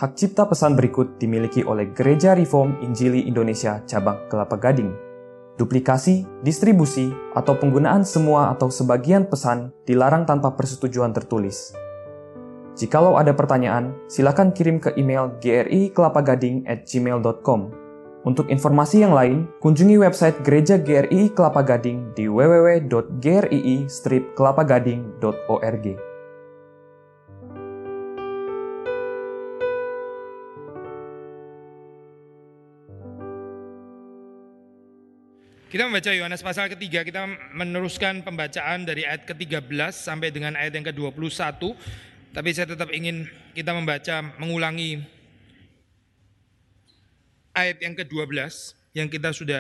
Hak cipta pesan berikut dimiliki oleh Gereja Reform Injili Indonesia Cabang Kelapa Gading. Duplikasi, distribusi, atau penggunaan semua atau sebagian pesan dilarang tanpa persetujuan tertulis. Jikalau ada pertanyaan, silakan kirim ke email gri-kelapa-gading@gmail.com. Untuk informasi yang lain, kunjungi website Gereja GRII Kelapa Gading di www.grii-kelapa-gading.org. Kita membaca Yohanes pasal ketiga, kita meneruskan pembacaan dari ayat ke-13 sampai dengan ayat yang ke-21. Tapi saya tetap ingin kita mengulangi ayat yang ke-12 yang kita sudah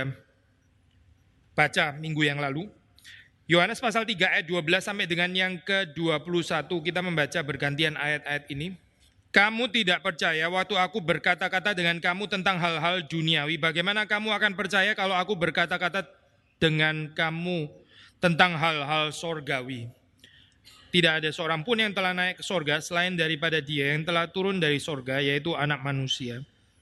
baca minggu yang lalu. Yohanes pasal 3 ayat 12 sampai dengan yang ke-21, kita membaca bergantian ayat-ayat ini. Kamu tidak percaya waktu aku berkata-kata dengan kamu tentang hal-hal duniawi. Bagaimana kamu akan percaya kalau aku berkata-kata dengan kamu tentang hal-hal sorgawi? Tidak ada seorang pun yang telah naik ke sorga selain daripada Dia yang telah turun dari sorga, yaitu Anak Manusia.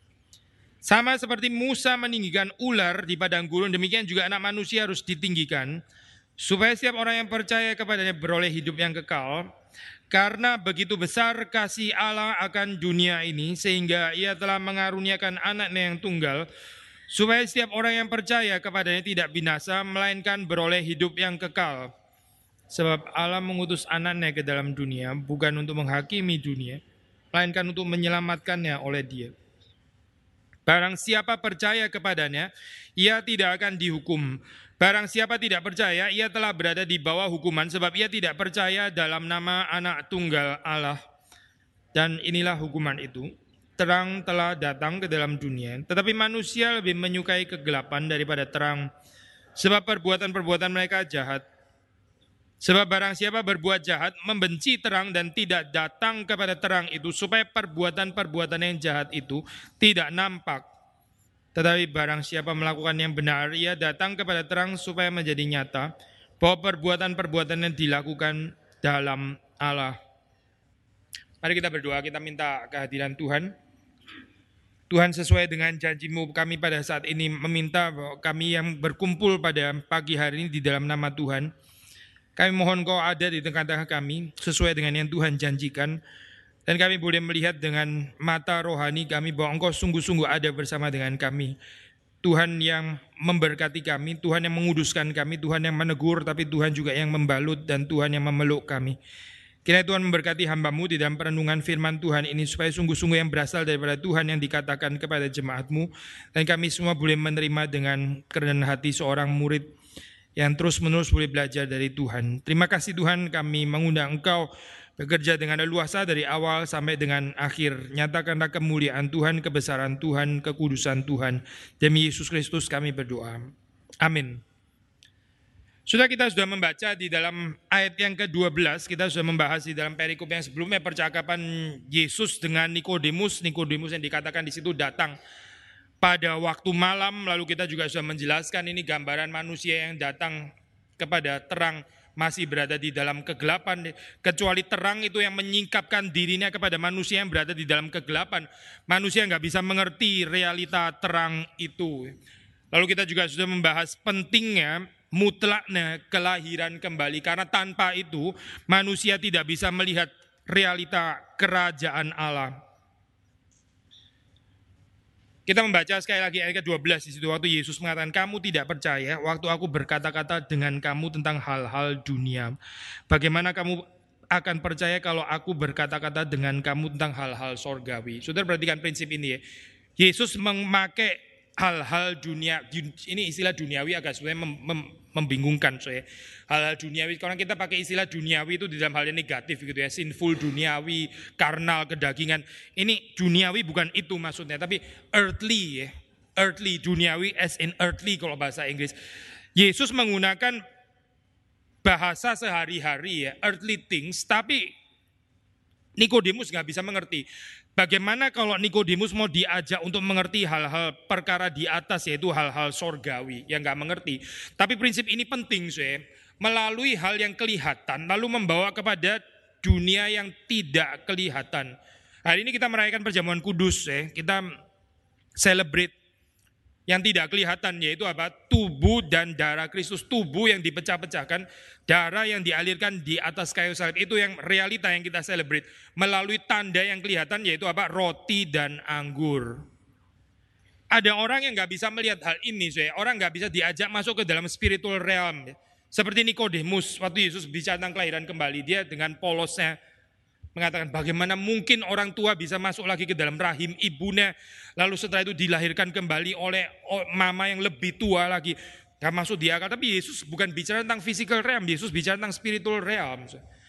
Sama seperti Musa meninggikan ular di padang gurun, demikian juga Anak Manusia harus ditinggikan, supaya setiap orang yang percaya kepadanya beroleh hidup yang kekal. Karena begitu besar kasih Allah akan dunia ini, sehingga Ia telah mengaruniakan Anaknya yang tunggal, supaya setiap orang yang percaya kepadanya tidak binasa, melainkan beroleh hidup yang kekal. Sebab Allah mengutus Anaknya ke dalam dunia, bukan untuk menghakimi dunia, melainkan untuk menyelamatkannya oleh Dia. Barang siapa percaya kepadanya, ia tidak akan dihukum. Barang siapa tidak percaya, ia telah berada di bawah hukuman, sebab ia tidak percaya dalam nama Anak Tunggal Allah. Dan inilah hukuman itu, terang telah datang ke dalam dunia, tetapi manusia lebih menyukai kegelapan daripada terang, sebab perbuatan-perbuatan mereka jahat. Sebab barang siapa berbuat jahat, membenci terang dan tidak datang kepada terang itu, supaya perbuatan-perbuatan yang jahat itu tidak nampak. Tetapi barang siapa melakukan yang benar, ia datang kepada terang supaya menjadi nyata bahwa perbuatan-perbuatan yang dilakukan dalam Allah. Mari kita berdoa, kita minta kehadiran Tuhan. Tuhan, sesuai dengan janji-Mu, kami pada saat ini meminta bahwa kami yang berkumpul pada pagi hari ini di dalam nama Tuhan, kami mohon Kau ada di tengah-tengah kami sesuai dengan yang Tuhan janjikan. Dan kami boleh melihat dengan mata rohani kami bahwa Engkau sungguh-sungguh ada bersama dengan kami. Tuhan yang memberkati kami, Tuhan yang menguduskan kami, Tuhan yang menegur, tapi Tuhan juga yang membalut dan Tuhan yang memeluk kami. Kiranya Tuhan memberkati hamba-Mu di dalam perenungan firman Tuhan ini, supaya sungguh-sungguh yang berasal daripada Tuhan yang dikatakan kepada jemaat-Mu. Dan kami semua boleh menerima dengan kerendahan hati seorang murid yang terus-menerus boleh belajar dari Tuhan. Terima kasih Tuhan, kami mengundang Engkau bekerja dengan leluasa dari awal sampai dengan akhir. Nyatakanlah kemuliaan Tuhan, kebesaran Tuhan, kekudusan Tuhan. Demi Yesus Kristus kami berdoa. Amin. Kita sudah membaca di dalam ayat yang ke-12, kita sudah membahas di dalam perikop yang sebelumnya percakapan Yesus dengan Nikodemus. Nikodemus yang dikatakan di situ datang pada waktu malam, lalu kita juga sudah menjelaskan ini gambaran manusia yang datang kepada terang masih berada di dalam kegelapan, kecuali terang itu yang menyingkapkan dirinya kepada manusia yang berada di dalam kegelapan. Manusia nggak bisa mengerti realita terang itu. Lalu kita juga sudah membahas pentingnya mutlaknya kelahiran kembali, karena tanpa itu manusia tidak bisa melihat realita kerajaan Allah. Kita membaca sekali lagi ayat ke-12 di situ, waktu Yesus mengatakan, kamu tidak percaya waktu aku berkata-kata dengan kamu tentang hal-hal dunia. Bagaimana kamu akan percaya kalau aku berkata-kata dengan kamu tentang hal-hal sorgawi? Saudara perhatikan prinsip ini ya. Yesus memakai hal-hal dunia, ini istilah duniawi agak sebenarnya membingungkan. Hal-hal duniawi, kalau kita pakai istilah duniawi itu di dalam hal yang negatif gitu ya, sinful duniawi, karnal, kedagingan. Ini duniawi bukan itu maksudnya, tapi earthly ya, earthly, duniawi as in earthly kalau bahasa Inggris. Yesus menggunakan bahasa sehari-hari ya, earthly things, tapi Nikodemus nggak bisa mengerti. Bagaimana kalau Nikodemus mau diajak untuk mengerti hal-hal perkara di atas, yaitu hal-hal sorgawi, yang nggak mengerti. Tapi prinsip ini penting, melalui hal yang kelihatan, lalu membawa kepada dunia yang tidak kelihatan. Hari ini kita merayakan perjamuan kudus, kita celebrate yang tidak kelihatan, yaitu apa? Tubuh dan darah Kristus, tubuh yang dipecah-pecahkan, darah yang dialirkan di atas kayu salib. Itu yang realita yang kita celebrate melalui tanda yang kelihatan, yaitu apa? Roti dan anggur. Ada orang yang nggak bisa melihat hal ini, orang nggak bisa diajak masuk ke dalam spiritual realm. Seperti Nikodemus, waktu Yesus bicara tentang kelahiran kembali, dia dengan polosnya mengatakan bagaimana mungkin orang tua bisa masuk lagi ke dalam rahim ibunya, lalu setelah itu dilahirkan kembali oleh mama yang lebih tua lagi. Gak masuk di akal, tapi Yesus bukan bicara tentang physical realm, Yesus bicara tentang spiritual realm.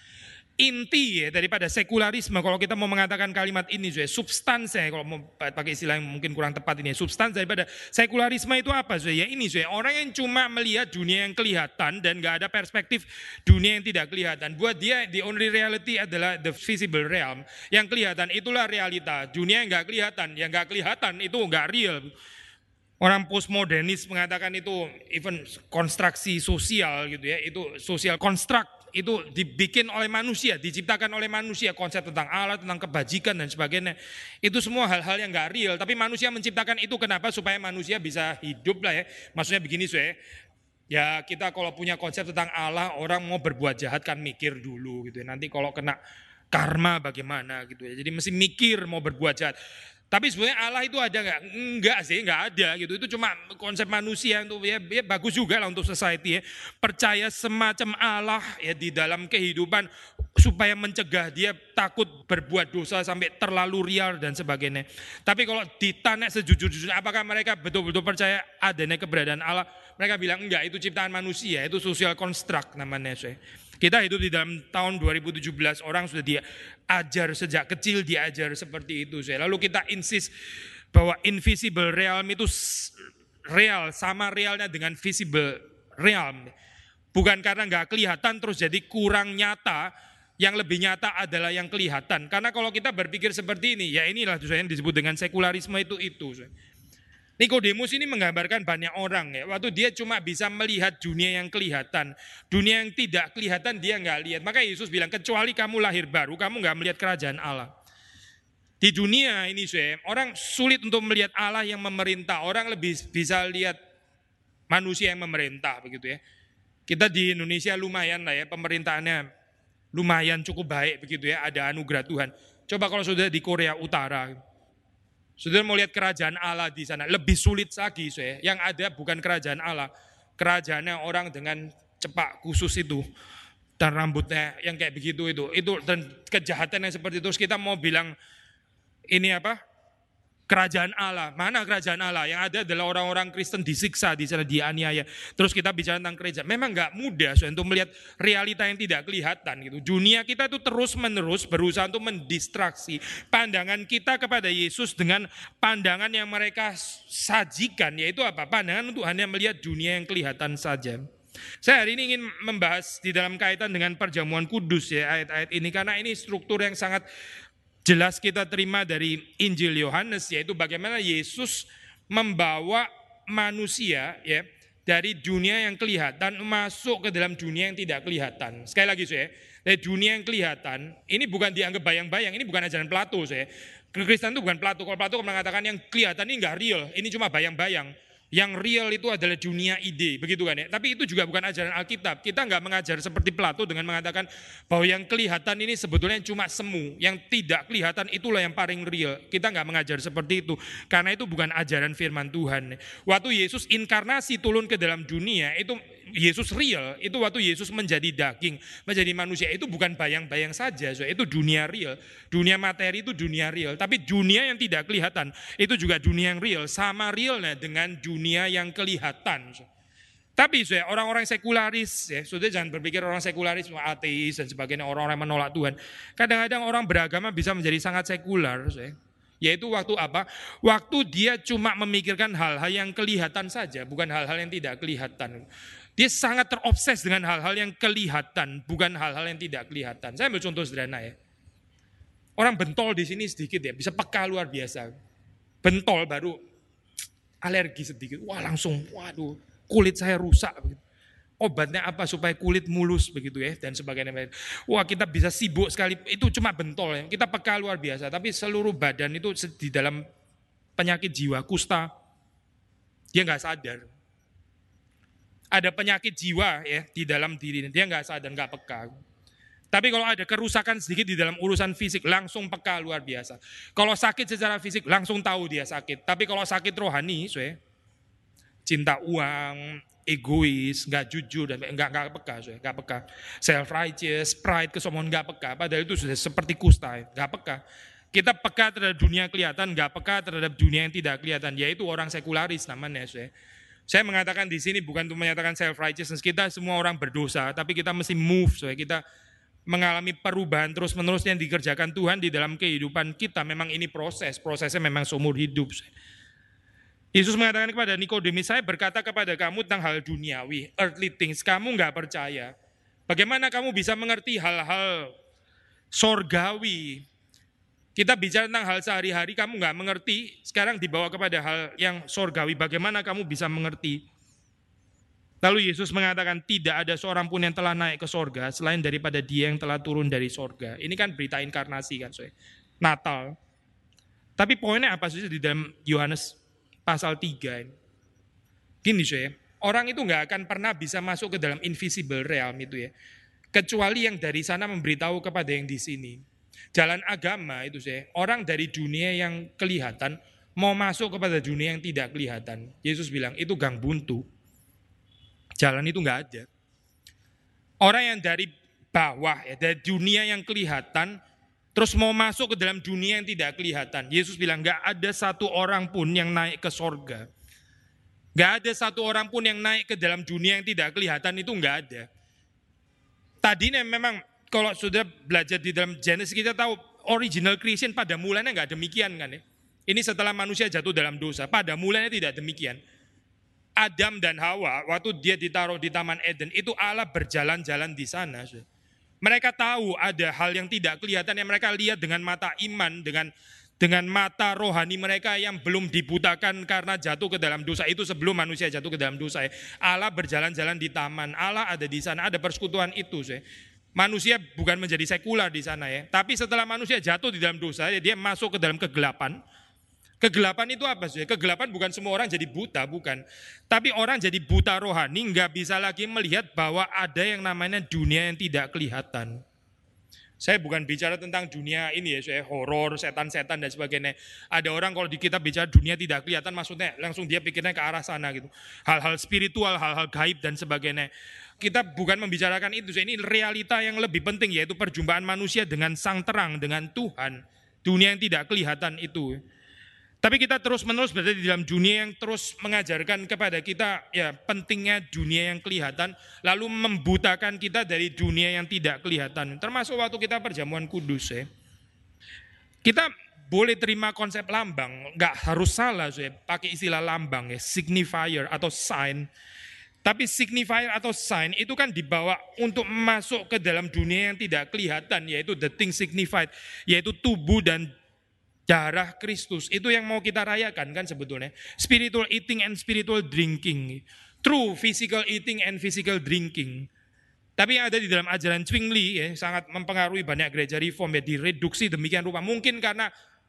Inti daripada sekularisme, kalau kita mau mengatakan kalimat ini, substansi, kalau mau pakai istilah yang mungkin kurang tepat ini, substansi daripada sekularisme itu apa? Ya ini, orang yang cuma melihat dunia yang kelihatan dan gak ada perspektif dunia yang tidak kelihatan. Buat dia, the only reality adalah the visible realm. Yang kelihatan itulah realita. Dunia yang gak kelihatan, itu gak real. Orang postmodernis mengatakan itu even konstruksi sosial gitu ya, itu social construct. Itu dibikin oleh manusia, diciptakan oleh manusia, konsep tentang Allah, tentang kebajikan dan sebagainya. Itu semua hal-hal yang gak real, tapi manusia menciptakan itu kenapa? Supaya manusia bisa hidup lah ya. Maksudnya begini ya kita kalau punya konsep tentang Allah, orang mau berbuat jahat kan mikir dulu gitu ya. Nanti kalau kena karma bagaimana gitu ya. Jadi mesti mikir mau berbuat jahat. Tapi sebenarnya Allah itu ada nggak? Enggak sih, nggak ada gitu. Itu cuma konsep manusia untuk ya bagus juga lah untuk society ya. Percaya semacam Allah ya di dalam kehidupan supaya mencegah dia takut berbuat dosa sampai terlalu real dan sebagainya. Tapi kalau ditanya sejujur-jujurnya, apakah mereka betul-betul percaya adanya keberadaan Allah? Mereka bilang enggak, itu ciptaan manusia, itu social construct namanya. Kita hidup di dalam tahun 2017, orang sudah diajar sejak kecil, diajar seperti itu. Lalu kita insist bahwa invisible realm itu real, sama realnya dengan visible realm. Bukan karena nggak kelihatan terus jadi kurang nyata, yang lebih nyata adalah yang kelihatan. Karena kalau kita berpikir seperti ini, ya inilah yang disebut dengan sekularisme itu. Nikodemus ini menggambarkan banyak orang ya. Waktu dia cuma bisa melihat dunia yang kelihatan, dunia yang tidak kelihatan dia nggak lihat. Maka Yesus bilang kecuali kamu lahir baru, kamu nggak melihat kerajaan Allah. Di dunia ini orang sulit untuk melihat Allah yang memerintah. Orang lebih bisa lihat manusia yang memerintah begitu ya. Kita di Indonesia lumayan lah ya, pemerintahannya lumayan cukup baik begitu ya. Ada anugerah Tuhan. Coba kalau sudah di Korea Utara. Saudara mau lihat kerajaan Allah di sana, lebih sulit lagi. Yang ada bukan kerajaan Allah, kerajaannya orang dengan cepak khusus itu dan rambutnya yang kayak begitu itu dan kejahatan yang seperti itu. Terus kita mau bilang ini apa? Kerajaan Allah. Mana kerajaan Allah? Yang ada adalah orang-orang Kristen disiksa di sana, dianiaya. Terus kita bicara tentang kerajaan. Memang nggak mudah untuk melihat realita yang tidak kelihatan gitu. Dunia kita itu terus-menerus berusaha untuk mendistraksi pandangan kita kepada Yesus dengan pandangan yang mereka sajikan, yaitu apa? Pandangan untuk hanya melihat dunia yang kelihatan saja. Saya hari ini ingin membahas di dalam kaitan dengan perjamuan kudus ya, ayat-ayat ini, karena ini struktur yang sangat jelas kita terima dari Injil Yohanes, yaitu bagaimana Yesus membawa manusia ya dari dunia yang kelihatan masuk ke dalam dunia yang tidak kelihatan. Sekali lagi dari dunia yang kelihatan, ini bukan dianggap bayang-bayang, ini bukan ajaran Plato Kristen itu bukan Plato. Kalau Plato mengatakan yang kelihatan ini enggak real, ini cuma bayang-bayang. Yang real itu adalah dunia ide, begitu kan ya. Tapi itu juga bukan ajaran Alkitab. Kita nggak mengajar seperti Plato dengan mengatakan bahwa yang kelihatan ini sebetulnya cuma semu, yang tidak kelihatan itulah yang paling real. Kita nggak mengajar seperti itu, karena itu bukan ajaran firman Tuhan. Waktu Yesus inkarnasi turun ke dalam dunia, itu Yesus real, itu waktu Yesus menjadi daging, menjadi manusia, itu bukan bayang-bayang saja, itu dunia real. Dunia materi itu dunia real, tapi dunia yang tidak kelihatan, itu juga dunia yang real, sama realnya dengan dunia yang kelihatan. Tapi orang-orang sekularis, sudah jangan berpikir orang sekularis, ateis dan sebagainya, orang-orang menolak Tuhan. Kadang-kadang orang beragama bisa menjadi sangat sekular, yaitu waktu apa? Waktu dia cuma memikirkan hal-hal yang kelihatan saja, bukan hal-hal yang tidak kelihatan. Dia sangat terobses dengan hal-hal yang kelihatan, bukan hal-hal yang tidak kelihatan. Saya ambil contoh sederhana ya. Orang bentol di sini sedikit ya, bisa peka luar biasa. Bentol baru alergi sedikit, wah langsung, waduh, kulit saya rusak. Obatnya apa supaya kulit mulus begitu ya dan sebagainya. Wah, kita bisa sibuk sekali, itu cuma bentol ya. Kita peka luar biasa, tapi seluruh badan itu di dalam penyakit jiwa, kusta, dia nggak sadar. Ada penyakit jiwa ya di dalam diri, dia nggak sadar, nggak peka. Tapi kalau ada kerusakan sedikit di dalam urusan fisik, langsung peka luar biasa. Kalau sakit secara fisik, langsung tahu dia sakit. Tapi kalau sakit rohani, cinta uang, egois, nggak jujur, dan nggak peka, nggak peka. Self-righteous, pride, kesombongan, nggak peka. Padahal itu sudah seperti kusta, nggak peka. Kita peka terhadap dunia kelihatan, nggak peka terhadap dunia yang tidak kelihatan, yaitu orang sekularis namanya. Saya mengatakan di sini bukan untuk menyatakan self-righteousness, kita semua orang berdosa, tapi kita mesti move, kita mengalami perubahan terus-menerus yang dikerjakan Tuhan di dalam kehidupan kita. Memang ini prosesnya memang seumur hidup. Yesus mengatakan kepada Nikodemus, saya berkata kepada kamu tentang hal duniawi, earthly things, kamu nggak percaya. Bagaimana kamu bisa mengerti hal-hal sorgawi? Kita bicara tentang hal sehari-hari, kamu nggak mengerti, sekarang dibawa kepada hal yang sorgawi, bagaimana kamu bisa mengerti? Lalu Yesus mengatakan tidak ada seorang pun yang telah naik ke sorga selain daripada dia yang telah turun dari sorga. Ini kan berita inkarnasi kan, Natal. Tapi poinnya apa sih di dalam Yohanes pasal 3 ini? Gini orang itu nggak akan pernah bisa masuk ke dalam invisible realm itu ya. Kecuali yang dari sana memberitahu kepada yang di sini. Jalan agama itu orang dari dunia yang kelihatan mau masuk kepada dunia yang tidak kelihatan. Yesus bilang itu gang buntu. Jalan itu nggak ada. Orang yang dari bawah ya, dari dunia yang kelihatan, terus mau masuk ke dalam dunia yang tidak kelihatan. Yesus bilang nggak ada satu orang pun yang naik ke sorga. Nggak ada satu orang pun yang naik ke dalam dunia yang tidak kelihatan, itu nggak ada. Tadinya memang kalau sudah belajar di dalam Genesis kita tahu original creation pada mulanya nggak demikian kan ya. Ini setelah manusia jatuh dalam dosa, pada mulanya tidak demikian. Adam dan Hawa waktu dia ditaruh di Taman Eden itu Allah berjalan-jalan di sana. Mereka tahu ada hal yang tidak kelihatan yang mereka lihat dengan mata iman, dengan mata rohani mereka yang belum dibutakan karena jatuh ke dalam dosa. Itu sebelum manusia jatuh ke dalam dosa. Allah berjalan-jalan di taman, Allah ada di sana, ada persekutuan itu. Manusia bukan menjadi sekular di sana ya. Tapi setelah manusia jatuh di dalam dosa, dia masuk ke dalam kegelapan. Kegelapan itu apa sih? Kegelapan bukan semua orang jadi buta, bukan. Tapi orang jadi buta rohani, nggak bisa lagi melihat bahwa ada yang namanya dunia yang tidak kelihatan. Saya bukan bicara tentang dunia ini ya, horor, setan-setan dan sebagainya. Ada orang kalau di kita bicara dunia tidak kelihatan, maksudnya langsung dia pikirnya ke arah sana gitu. Hal-hal spiritual, hal-hal gaib dan sebagainya. Kita bukan membicarakan itu, ini realita yang lebih penting yaitu perjumpaan manusia dengan sang terang, dengan Tuhan. Dunia yang tidak kelihatan itu. Tapi kita terus-menerus berada di dalam dunia yang terus mengajarkan kepada kita ya pentingnya dunia yang kelihatan, lalu membutakan kita dari dunia yang tidak kelihatan. Termasuk waktu kita perjamuan kudus ya. Kita boleh terima konsep lambang, nggak harus salah pakai istilah lambang ya, signifier atau sign. Tapi signifier atau sign itu kan dibawa untuk masuk ke dalam dunia yang tidak kelihatan, yaitu the thing signified, yaitu tubuh dan darah Kristus. Itu yang mau kita rayakan kan sebetulnya. Spiritual eating and spiritual drinking. True physical eating and physical drinking. Tapi yang ada di dalam ajaran Zwingli ya, sangat mempengaruhi banyak gereja reform ya, direduksi demikian rupa. Mungkin karena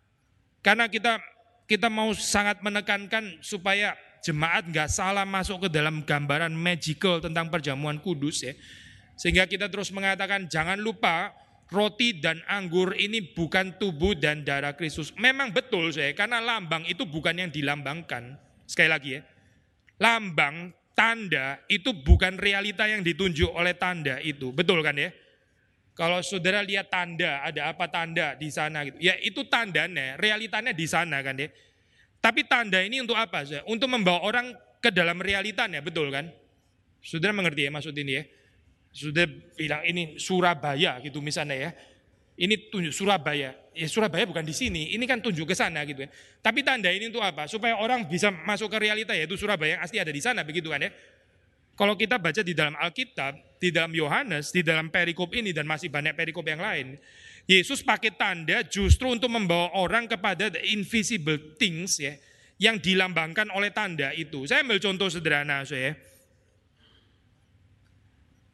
kita mau sangat menekankan supaya jemaat nggak salah masuk ke dalam gambaran magical tentang perjamuan kudus ya. Sehingga kita terus mengatakan jangan lupa roti dan anggur ini bukan tubuh dan darah Kristus. Memang betul karena lambang itu bukan yang dilambangkan. Sekali lagi ya, lambang, tanda itu bukan realita yang ditunjuk oleh tanda itu. Betul kan ya? Kalau saudara lihat tanda, ada apa tanda di sana gitu. Ya itu tandanya, realitanya di sana kan ya. Tapi tanda ini untuk apa? Untuk membawa orang ke dalam realitanya, betul kan? Saudara mengerti ya maksud ini ya? Sudah bilang ini Surabaya gitu misalnya ya. Ini tunjuk Surabaya. Ya Surabaya bukan di sini, ini kan tunjuk ke sana gitu ya. Tapi tanda ini untuk apa? Supaya orang bisa masuk ke realita yaitu Surabaya yang asli ada di sana begitu kan ya. Kalau kita baca di dalam Alkitab, di dalam Yohanes, di dalam perikop ini dan masih banyak perikop yang lain, Yesus pakai tanda justru untuk membawa orang kepada the invisible things ya, yang dilambangkan oleh tanda itu. Saya ambil contoh sederhana saya.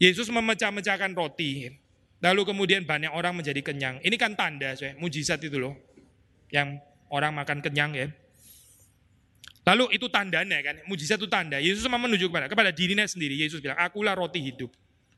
Yesus memecah-mecahkan roti. Lalu kemudian banyak orang menjadi kenyang. Ini kan tanda, mujizat itu loh. Yang orang makan kenyang ya. Lalu itu tandanya kan, mujizat itu tanda. Yesus cuma menunjuk kepada dirinya sendiri. Yesus bilang, akulah roti hidup.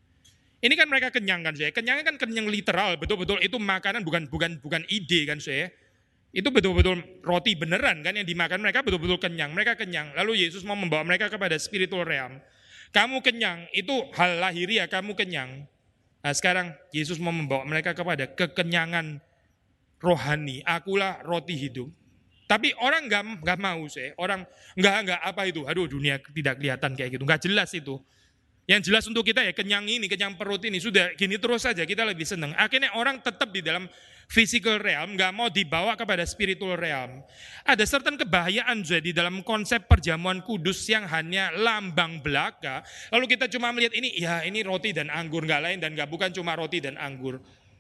Ini kan mereka kenyang kan, kenyangnya kan kenyang literal, betul-betul itu makanan bukan ide kan, itu betul-betul roti beneran kan yang dimakan, mereka betul-betul kenyang, mereka kenyang. Lalu Yesus mau membawa mereka kepada spiritual realm. Kamu kenyang, itu hal lahiriah, kamu kenyang. Nah sekarang Yesus mau membawa mereka kepada kekenyangan rohani, akulah roti hidup. Tapi orang nggak mau, orang nggak apa itu, aduh dunia tidak kelihatan kayak gitu, nggak jelas itu. Yang jelas untuk kita ya kenyang ini, kenyang perut ini, sudah gini terus saja kita lebih senang. Akhirnya orang tetap di dalam physical realm, nggak mau dibawa kepada spiritual realm. Ada certain kebahayaan di dalam konsep perjamuan kudus yang hanya lambang belaka. Lalu kita cuma melihat ini, ya ini roti dan anggur, nggak lain dan nggak bukan cuma roti dan anggur.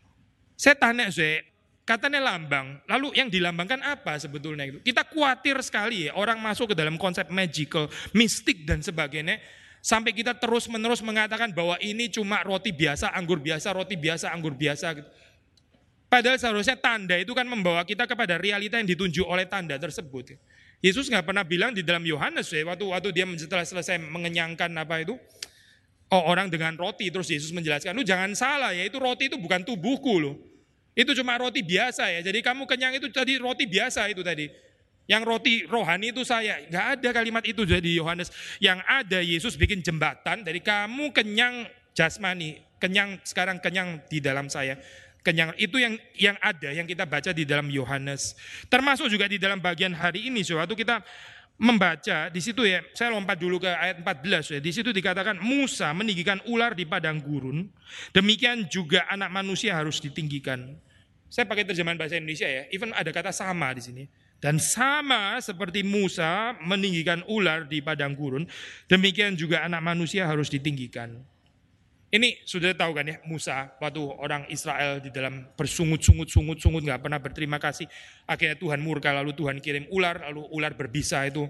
Saya tanya, katanya lambang, lalu yang dilambangkan apa sebetulnya itu? Kita khawatir sekali ya, orang masuk ke dalam konsep magical, mistik dan sebagainya, sampai kita terus-menerus mengatakan bahwa ini cuma roti biasa, anggur biasa, roti biasa, anggur biasa. Padahal seharusnya tanda itu kan membawa kita kepada realita yang ditunjuk oleh tanda tersebut. Yesus nggak pernah bilang di dalam Yohanes, waktu dia setelah selesai mengenyangkan apa itu, orang dengan roti, terus Yesus menjelaskan, lu jangan salah ya, itu roti itu bukan tubuhku loh. Itu cuma roti biasa ya. Jadi kamu kenyang itu tadi roti biasa itu tadi. Yang roti rohani itu saya. Enggak ada kalimat itu di Yohanes. Yang ada Yesus bikin jembatan dari kamu kenyang jasmani, kenyang sekarang kenyang di dalam saya. Kenyang itu yang ada yang kita baca di dalam Yohanes. Termasuk juga di dalam bagian hari ini waktu kita membaca di situ ya, saya lompat dulu ke ayat 14 ya. Di situ dikatakan Musa meninggikan ular di padang gurun, demikian juga anak manusia harus ditinggikan. Saya pakai terjemahan bahasa Indonesia ya, even ada kata sama di sini. Dan sama seperti Musa meninggikan ular di padang gurun, demikian juga anak manusia harus ditinggikan. Ini sudah tahu kan ya, Musa waktu orang Israel di dalam bersungut-sungut nggak pernah berterima kasih. Akhirnya Tuhan murka, lalu Tuhan kirim ular, lalu ular berbisa itu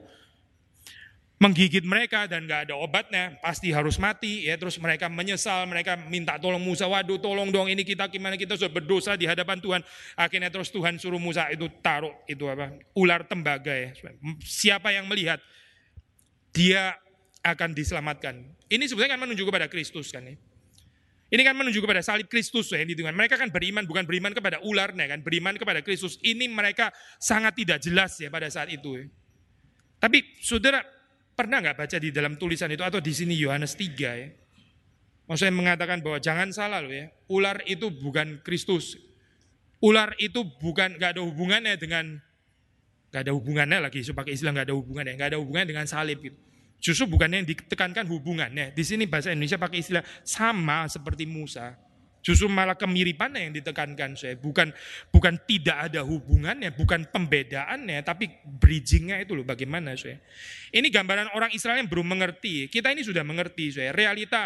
menggigit mereka dan nggak ada obatnya, pasti harus mati ya. Terus mereka menyesal, mereka minta tolong Musa, waduh tolong dong ini kita gimana, kita sudah berdosa di hadapan Tuhan. Akhirnya terus Tuhan suruh Musa itu taruh itu ular tembaga ya. Siapa yang melihat dia akan diselamatkan. Ini sebenarnya kan menunjuk kepada Kristus kan ya. Ini kan menunjuk kepada salib Kristus ya. Mereka kan beriman, bukan beriman kepada ularnya kan, beriman kepada Kristus. Ini mereka sangat tidak jelas ya pada saat itu ya. Tapi saudara pernah nggak baca di dalam tulisan itu atau di sini Yohanes 3 ya? Maksudnya mengatakan bahwa jangan salah loh ya, ular itu bukan Kristus. Ular itu bukan, nggak ada hubungannya dengan, nggak ada hubungannya lagi, supaya pakai istilah nggak ada hubungannya dengan salib gitu. Justru bukan yang ditekankan hubungannya. Di sini bahasa Indonesia pakai istilah sama seperti Musa. Justru malah kemiripannya yang ditekankan, bukan tidak ada hubungannya, bukan pembedaannya, tapi bridgingnya itu loh bagaimana, Ini gambaran orang Israel yang belum mengerti. Kita ini sudah mengerti, realita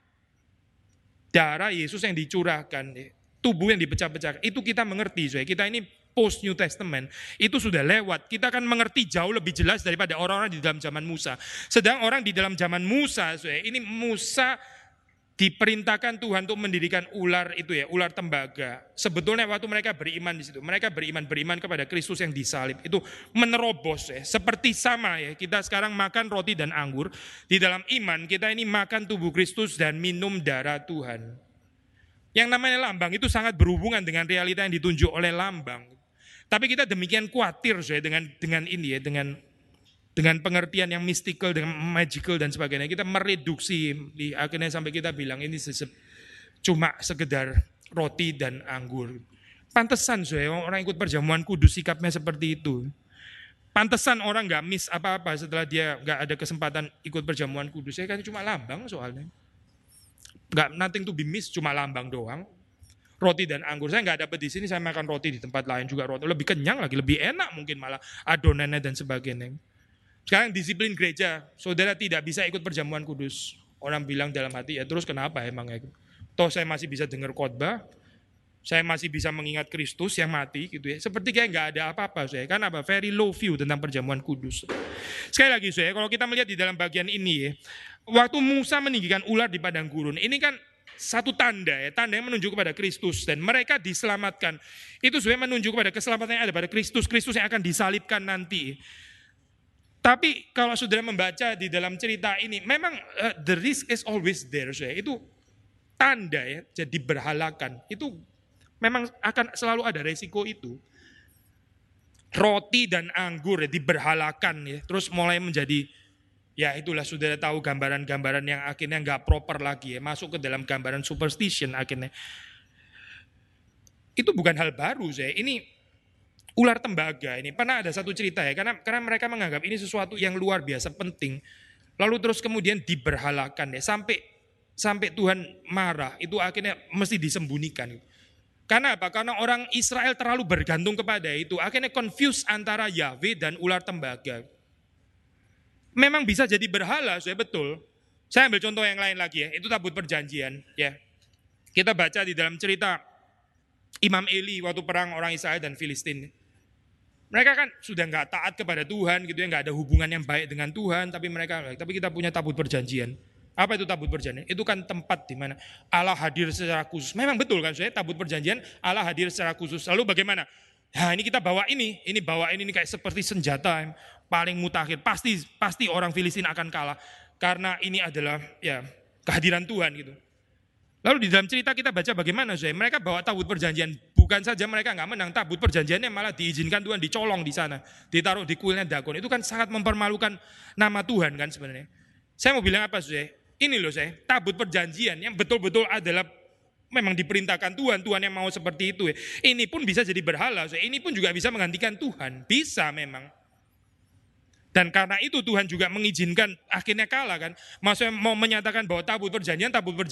darah Yesus yang dicurahkan, tubuh yang dipecah-pecah, itu kita mengerti, Kita ini post New Testament, itu sudah lewat. Kita akan mengerti jauh lebih jelas daripada orang-orang di dalam zaman Musa. Sedang orang di dalam zaman Musa, ini Musa diperintahkan Tuhan untuk mendirikan ular itu ya, ular tembaga. Sebetulnya waktu mereka beriman di situ, mereka beriman kepada Kristus yang disalib. Itu menerobos ya, seperti sama ya. Kita sekarang makan roti dan anggur, di dalam iman kita ini makan tubuh Kristus dan minum darah Tuhan. Yang namanya lambang itu sangat berhubungan dengan realita yang ditunjuk oleh lambang. Tapi kita demikian khawatir dengan ini ya, dengan pengertian yang mystical, dengan magical dan sebagainya. Kita mereduksi, akhirnya sampai kita bilang ini cuma sekedar roti dan anggur. Pantesan orang ikut perjamuan kudus sikapnya seperti itu. Pantesan orang gak miss apa-apa setelah dia gak ada kesempatan ikut perjamuan kudus. Kan cuma lambang soalnya. Gak nothing to be miss, cuma lambang doang. Roti dan anggur, saya nggak dapat di sini, saya makan roti di tempat lain juga roti, lebih kenyang lagi, lebih enak mungkin malah adonannya dan sebagainya. Sekarang disiplin gereja, saudara tidak bisa ikut perjamuan kudus. Orang bilang dalam hati, ya terus kenapa emangnya? Toh saya masih bisa dengar khotbah, Saya masih bisa mengingat Kristus yang mati gitu ya. Seperti kayak nggak ada apa-apa saya. Kan apa? Very low view tentang perjamuan kudus. Sekali lagi saya, kalau kita melihat di dalam bagian ini ya, waktu Musa meninggikan ular di padang gurun, ini kan satu tanda ya, tanda yang menunjuk kepada Kristus dan mereka diselamatkan. Itu sebenarnya menunjuk kepada keselamatan yang ada pada Kristus, Kristus yang akan disalibkan nanti. Tapi kalau saudara membaca di dalam cerita ini, memang the risk is always there. Saya. Itu tanda ya, jadi berhalakan. Itu memang akan selalu ada resiko itu. Roti dan anggur ya, diberhalakan ya, terus mulai menjadi, ya itulah saudara tahu gambaran-gambaran yang akhirnya nggak proper lagi ya, masuk ke dalam gambaran superstition akhirnya. Itu bukan hal baru saya. Ini ular tembaga ini pernah ada satu cerita ya, karena mereka menganggap ini sesuatu yang luar biasa penting, lalu terus kemudian diberhalakan ya, sampai Tuhan marah, itu akhirnya mesti disembunyikan. Karena apa? Karena orang Israel terlalu bergantung kepada itu, akhirnya confuse antara Yahweh dan ular tembaga. Memang bisa jadi berhala, saya betul. Saya ambil contoh yang lain lagi ya, itu tabut perjanjian ya. Kita baca di dalam cerita Imam Eli waktu perang orang Israel dan Filistin. Mereka kan sudah nggak taat kepada Tuhan gitu ya, nggak ada hubungan yang baik dengan Tuhan, tapi kita punya tabut perjanjian. Apa itu tabut perjanjian? Itu kan tempat di mana Allah hadir secara khusus. Memang betul kan saya, tabut perjanjian Allah hadir secara khusus. Lalu bagaimana? Nah, ini kita bawa ini kayak seperti senjata yang paling mutakhir. Pasti orang Filistin akan kalah karena ini adalah ya kehadiran Tuhan gitu. Lalu di dalam cerita kita baca bagaimana saya, mereka bawa tabut perjanjian. Bukan saja mereka nggak menang, tabut perjanjiannya malah diizinkan Tuhan dicolong di sana, ditaruh di kuilnya Dagon. Itu kan sangat mempermalukan nama Tuhan kan sebenarnya. Saya mau bilang apa saya? Ini loh saya, tabut perjanjian yang betul-betul adalah memang diperintahkan Tuhan yang mau seperti itu ya. Ini pun bisa jadi berhala, saya. Ini pun juga bisa menggantikan Tuhan, bisa memang. Dan karena itu Tuhan juga mengizinkan, akhirnya kalah kan. Maksudnya mau menyatakan bahwa tabut perjanjian,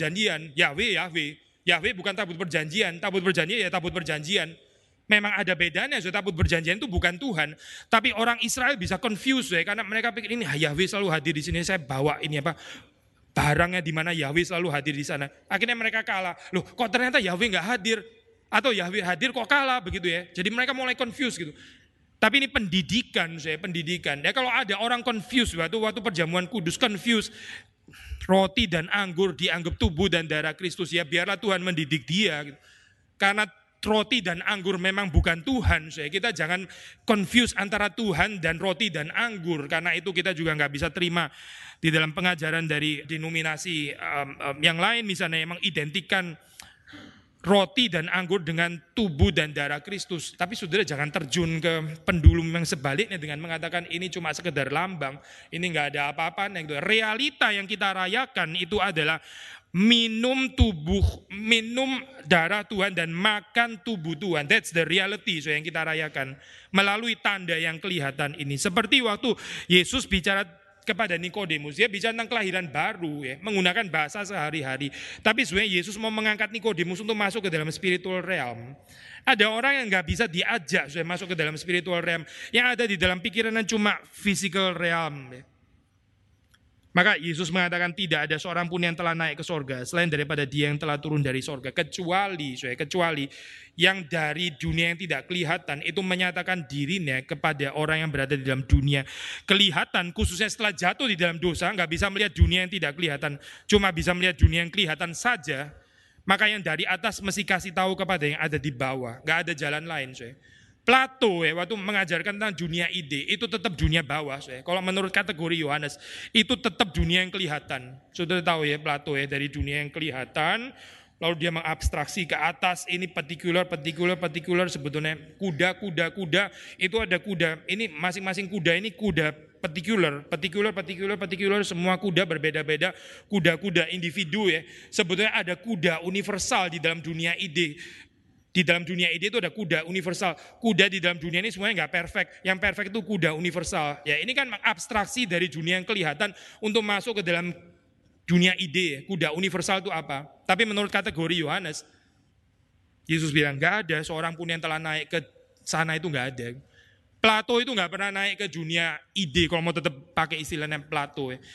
Yahweh bukan tabut perjanjian ya tabut perjanjian. Memang ada bedanya, so, tabut perjanjian itu bukan Tuhan. Tapi orang Israel bisa confuse ya, karena mereka pikir ini Yahweh selalu hadir di sini, saya bawa ini apa barangnya di mana Yahweh selalu hadir di sana. Akhirnya mereka kalah. Loh, kok ternyata Yahweh nggak hadir? Atau Yahweh hadir kok kalah begitu ya? Jadi mereka mulai confuse gitu. Tapi ini pendidikan. Ya kalau ada orang confuse waktu perjamuan kudus confuse, roti dan anggur dianggap tubuh dan darah Kristus, ya biarlah Tuhan mendidik dia. Gitu. Karena roti dan anggur memang bukan Tuhan. Kita jangan confuse antara Tuhan dan roti dan anggur, karena itu kita juga nggak bisa terima di dalam pengajaran dari denominasi yang lain, misalnya yang mengidentikan roti dan anggur dengan tubuh dan darah Kristus. Tapi saudara jangan terjun ke pendulum yang sebaliknya dengan mengatakan ini cuma sekedar lambang, ini nggak ada apa-apanya. Realita yang kita rayakan itu adalah minum darah Tuhan dan makan tubuh Tuhan. That's the reality yang kita rayakan melalui tanda yang kelihatan ini. Seperti waktu Yesus bicara kepada Nikodemus, dia bicara tentang kelahiran baru ya, menggunakan bahasa sehari-hari. Tapi sebenarnya Yesus mau mengangkat Nikodemus untuk masuk ke dalam spiritual realm. Ada orang yang nggak bisa diajak masuk ke dalam spiritual realm, yang ada di dalam pikirannya cuma physical realm. Ya. Maka Yesus mengatakan tidak ada seorang pun yang telah naik ke sorga selain daripada dia yang telah turun dari sorga. Kecuali yang dari dunia yang tidak kelihatan itu menyatakan dirinya kepada orang yang berada di dalam dunia kelihatan, khususnya setelah jatuh di dalam dosa, nggak bisa melihat dunia yang tidak kelihatan, cuma bisa melihat dunia yang kelihatan saja. Maka yang dari atas mesti kasih tahu kepada yang ada di bawah, nggak ada jalan lain. Plato waktu mengajarkan tentang dunia ide itu tetap dunia bawah. Kalau menurut kategori Yohanes itu tetap dunia yang kelihatan. Sudah tahu ya Plato dari dunia yang kelihatan, lalu dia mengabstraksi ke atas, ini particular sebetulnya kuda itu ada kuda. Ini masing-masing kuda ini kuda particular, semua kuda berbeda-beda, kuda-kuda individu ya. Sebetulnya ada kuda universal di dalam dunia ide. Di dalam dunia ide itu ada kuda universal. Kuda di dalam dunia ini semuanya nggak perfect. Yang perfect itu kuda universal. Ya ini kan abstraksi dari dunia yang kelihatan untuk masuk ke dalam dunia ide. Kuda universal itu apa? Tapi menurut kategori Yohanes, Yesus bilang nggak ada seorang pun yang telah naik ke sana, itu nggak ada. Plato itu nggak pernah naik ke dunia ide. Kalau mau tetap pakai istilahnya Plato.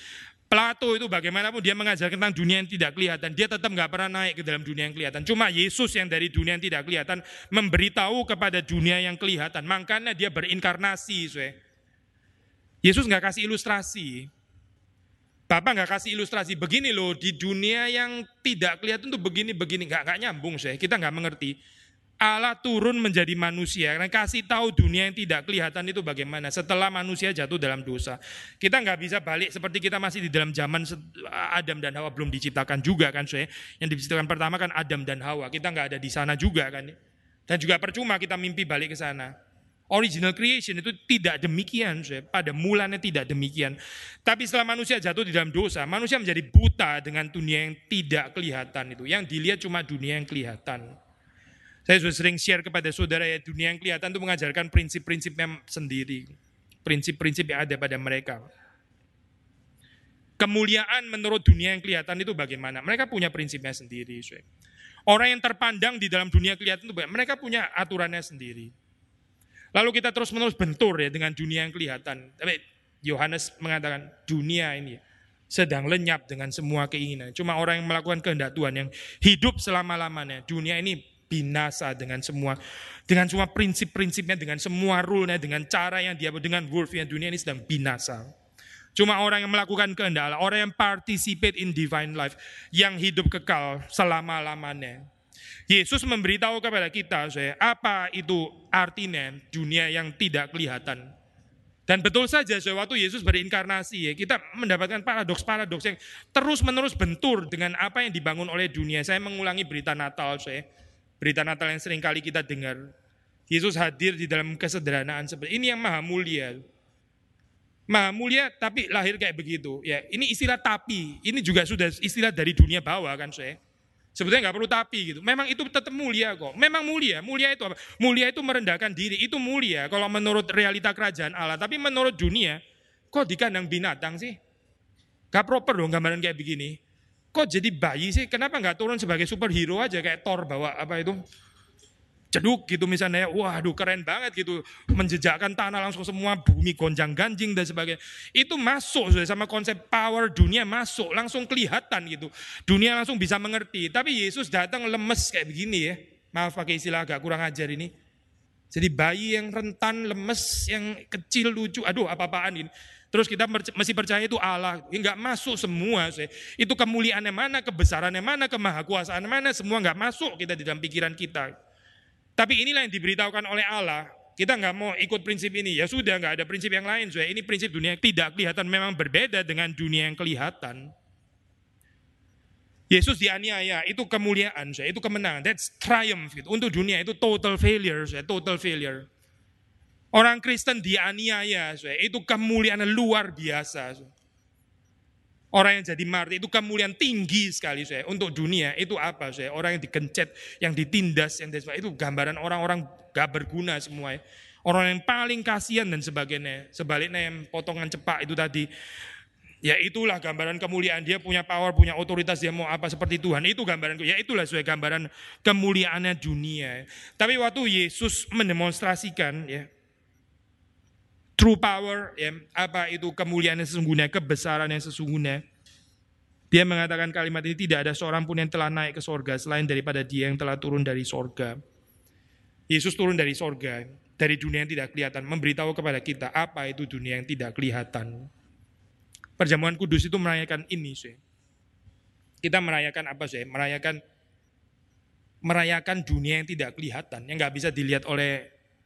Plato itu bagaimanapun dia mengajar tentang dunia yang tidak kelihatan, dia tetap nggak pernah naik ke dalam dunia yang kelihatan. Cuma Yesus yang dari dunia yang tidak kelihatan memberitahu kepada dunia yang kelihatan. Makanya dia berinkarnasi. Yesus nggak kasih ilustrasi. Bapak nggak kasih ilustrasi. Begini loh, di dunia yang tidak kelihatan tuh begini-begini. Nggak nyambung. Kita nggak mengerti. Allah turun menjadi manusia, karena kasih tahu dunia yang tidak kelihatan itu bagaimana setelah manusia jatuh dalam dosa. Kita nggak bisa balik seperti kita masih di dalam zaman Adam dan Hawa belum diciptakan juga kan, yang diciptakan pertama kan Adam dan Hawa. Kita nggak ada di sana juga kan, dan juga percuma kita mimpi balik ke sana. Original creation itu tidak demikian, pada mulanya tidak demikian. Tapi setelah manusia jatuh di dalam dosa, manusia menjadi buta dengan dunia yang tidak kelihatan itu. Yang dilihat cuma dunia yang kelihatan. Saya sudah sering share kepada saudara ya, dunia yang kelihatan itu mengajarkan prinsip-prinsipnya sendiri. Prinsip-prinsip yang ada pada mereka. Kemuliaan menurut dunia yang kelihatan itu bagaimana? Mereka punya prinsipnya sendiri. Orang yang terpandang di dalam dunia kelihatan itu mereka punya aturannya sendiri. Lalu kita terus-menerus bentur ya dengan dunia yang kelihatan. Tapi Yohanes mengatakan dunia ini sedang lenyap dengan semua keinginan. Cuma orang yang melakukan kehendak Tuhan yang hidup selama-lamanya. Dunia ini binasa dengan semua prinsip-prinsipnya, dengan semua rule-nya, dengan cara yang dia dengan worldview dunia ini sedang binasa. Cuma orang yang melakukan kehendak Allah, orang yang participate in divine life, yang hidup kekal selama-lamanya. Yesus memberitahu kepada kita, apa itu artinya dunia yang tidak kelihatan. Dan betul saja, waktu Yesus berinkarnasi, kita mendapatkan paradoks-paradoks yang terus-menerus bentur dengan apa yang dibangun oleh dunia. Saya mengulangi berita Natal, berita Natal yang sering kali kita dengar. Yesus hadir di dalam kesederhanaan seperti ini yang maha mulia. Maha mulia tapi lahir kayak begitu. Ya, ini istilah tapi. Ini juga sudah istilah dari dunia bawah kan, Sebetulnya nggak perlu tapi gitu. Memang itu tetap mulia kok. Memang mulia. Mulia itu apa? Mulia itu merendahkan diri. Itu mulia kalau menurut realita kerajaan Allah. Tapi menurut dunia, kok dikandang binatang sih? Gak proper dong gambaran kayak begini. Kok jadi bayi sih? Kenapa nggak turun sebagai superhero aja kayak Thor bawa apa itu? Jeduk gitu misalnya. Waduh keren banget gitu. Menjejakkan tanah langsung semua bumi gonjang-ganjing dan sebagainya. Itu masuk sudah sama konsep power dunia masuk. Langsung kelihatan gitu. Dunia langsung bisa mengerti. Tapi Yesus datang lemes kayak begini ya. Maaf pakai istilah agak kurang ajar ini. Jadi bayi yang rentan, lemes, yang kecil, lucu. Aduh apa-apaan ini. Terus kita mesti percaya itu Allah. Enggak masuk semua. Itu kemuliaannya mana, kebesarannya mana, kemahakuasaannya mana. Semua enggak masuk kita di dalam pikiran kita. Tapi inilah yang diberitahukan oleh Allah. Kita enggak mau ikut prinsip ini. Ya sudah, enggak ada prinsip yang lain. Ini prinsip dunia yang tidak kelihatan. Memang berbeda dengan dunia yang kelihatan. Yesus dianiaya, itu kemuliaan. Itu kemenangan. That's triumph. Gitu. Untuk dunia itu total failure. Total failure. Orang Kristen dianiaya, itu kemuliaan luar biasa. Orang yang jadi martir itu kemuliaan tinggi sekali. Untuk dunia itu apa? Orang yang dikencet, yang ditindas, itu gambaran orang-orang gak berguna semua. Orang yang paling kasihan dan sebagainya. Sebaliknya yang potongan cepak itu tadi, ya itulah gambaran kemuliaan. Dia punya power, punya otoritas, dia mau apa seperti Tuhan. Itu gambaran, ya itulah gambaran kemuliaannya dunia. Tapi waktu Yesus mendemonstrasikan, ya, true power, ya, apa itu kemuliaan yang sesungguhnya, kebesaran yang sesungguhnya. Dia mengatakan kalimat ini, tidak ada seorang pun yang telah naik ke sorga selain daripada dia yang telah turun dari sorga. Yesus turun dari sorga, dari dunia yang tidak kelihatan, memberitahu kepada kita apa itu dunia yang tidak kelihatan. Perjamuan kudus itu merayakan ini. Kita merayakan apa? Merayakan dunia yang tidak kelihatan, yang nggak bisa dilihat oleh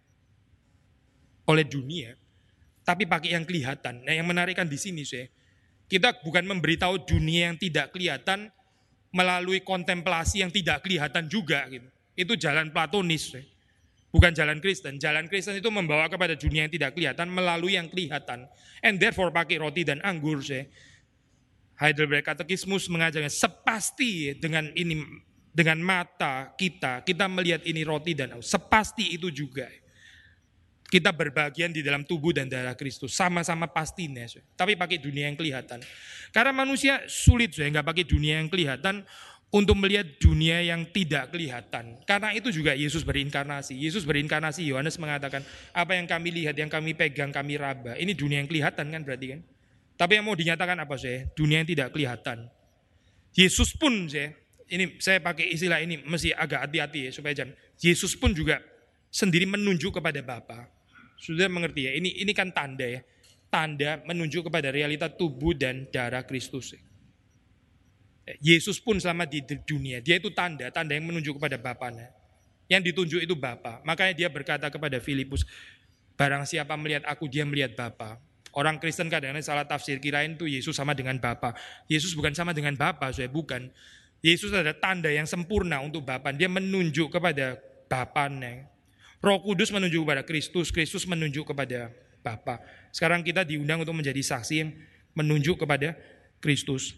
dunia. Tapi pakai yang kelihatan. Nah yang menarikkan di sini, kita bukan memberitahu dunia yang tidak kelihatan melalui kontemplasi yang tidak kelihatan juga. Gitu. Itu jalan Platonis, bukan jalan Kristen. Jalan Kristen itu membawa kepada dunia yang tidak kelihatan melalui yang kelihatan. And therefore pakai roti dan anggur. Heidelberg Katekismus mengajarkan sepasti dengan ini, dengan mata kita melihat ini roti dan anggur. Sepasti itu juga. Kita berbagian di dalam tubuh dan darah Kristus. Sama-sama pastinya. Tapi pakai dunia yang kelihatan. Karena manusia sulit nggak pakai dunia yang kelihatan untuk melihat dunia yang tidak kelihatan. Karena itu juga Yesus berinkarnasi. Yesus berinkarnasi, Yohanes mengatakan, apa yang kami lihat, yang kami pegang, kami raba. Ini dunia yang kelihatan kan berarti kan. Tapi yang mau dinyatakan apa saya? Dunia yang tidak kelihatan. Yesus pun ini saya pakai istilah ini mesti agak hati-hati ya supaya jangan. Yesus pun juga sendiri menunjuk kepada Bapa. Sudah mengerti ya? Ini kan tanda ya. Tanda menunjuk kepada realita tubuh dan darah Kristus. Yesus pun selama di dunia, dia itu tanda yang menunjuk kepada Bapanya. Yang ditunjuk itu Bapa. Makanya dia berkata kepada Filipus, barang siapa melihat aku, dia melihat Bapa. Orang Kristen kadang-kadang salah tafsir, kirain tuh Yesus sama dengan Bapa. Yesus bukan sama dengan Bapa, bukan. Yesus adalah tanda yang sempurna untuk Bapa. Dia menunjuk kepada Bapanya. Roh Kudus menunjuk kepada Kristus, Kristus menunjuk kepada Bapa. Sekarang kita diundang untuk menjadi saksi yang menunjuk kepada Kristus.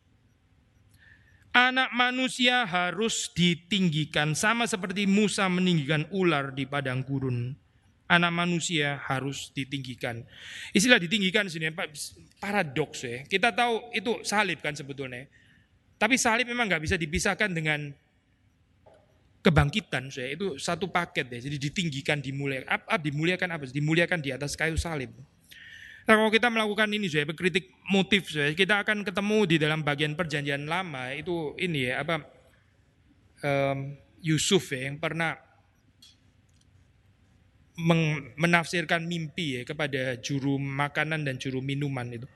Anak manusia harus ditinggikan sama seperti Musa meninggikan ular di padang gurun. Anak manusia harus ditinggikan. Istilah ditinggikan sini paradoks ya. Kita tahu itu salib kan sebetulnya. Tapi salib memang nggak bisa dipisahkan dengan kebangkitan saya, itu satu paket ya. Jadi ditinggikan, dimuliakan apa? Dimuliakan di atas kayu salib. Nah, kalau kita melakukan ini saya kritik motif saya, kita akan ketemu di dalam bagian perjanjian lama itu ini ya Yusuf ya, yang pernah menafsirkan mimpi ya kepada juru makanan dan juru minuman itu.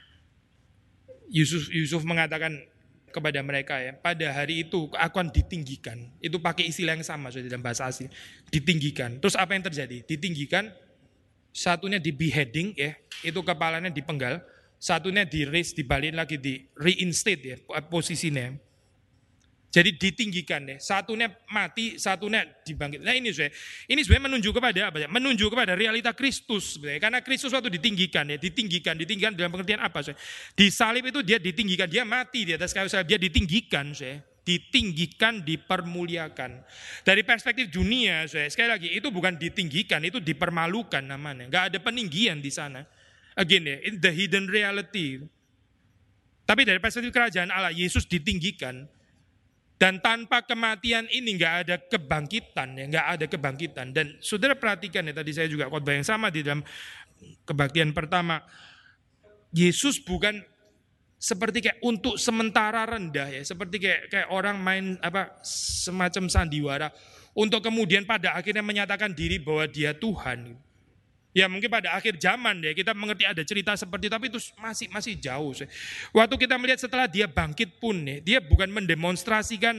Yusuf mengatakan kepada mereka ya, pada hari itu aku akan ditinggikan. Itu pakai istilah yang sama dalam bahasa asli. Ditinggikan. Terus apa yang terjadi? Ditinggikan, satunya di beheading ya, itu kepalanya dipenggal, satunya di raise, dibalik lagi, di reinstate ya posisinya. Jadi ditinggikan ya, satunya mati, satunya dibangkit. Nah ini sebenarnya menunjuk kepada apa ya? Menunjuk kepada realita Kristus sebenarnya. Karena Kristus waktu ditinggikan ya, ditinggikan dalam pengertian apa saya? Di salib itu dia ditinggikan, dia mati di atas kayu salib, dia ditinggikan saya. Ditinggikan, dipermuliakan. Dari perspektif dunia saya, sekali lagi itu bukan ditinggikan, itu dipermalukan namanya. Enggak ada peninggian di sana. Again ya, in the hidden reality. Tapi dari perspektif kerajaan Allah, Yesus ditinggikan. Dan tanpa kematian ini nggak ada kebangkitan, ya nggak ada kebangkitan. Dan saudara perhatikan ya, tadi saya juga khotbah yang sama di dalam kebaktian pertama. Yesus bukan seperti kayak untuk sementara rendah ya, seperti kayak orang main semacam sandiwara untuk kemudian pada akhirnya menyatakan diri bahwa dia Tuhan. Ya mungkin pada akhir zaman ya kita mengerti ada cerita seperti itu, tapi itu masih jauh. Waktu kita melihat setelah dia bangkit pun ya, dia bukan mendemonstrasikan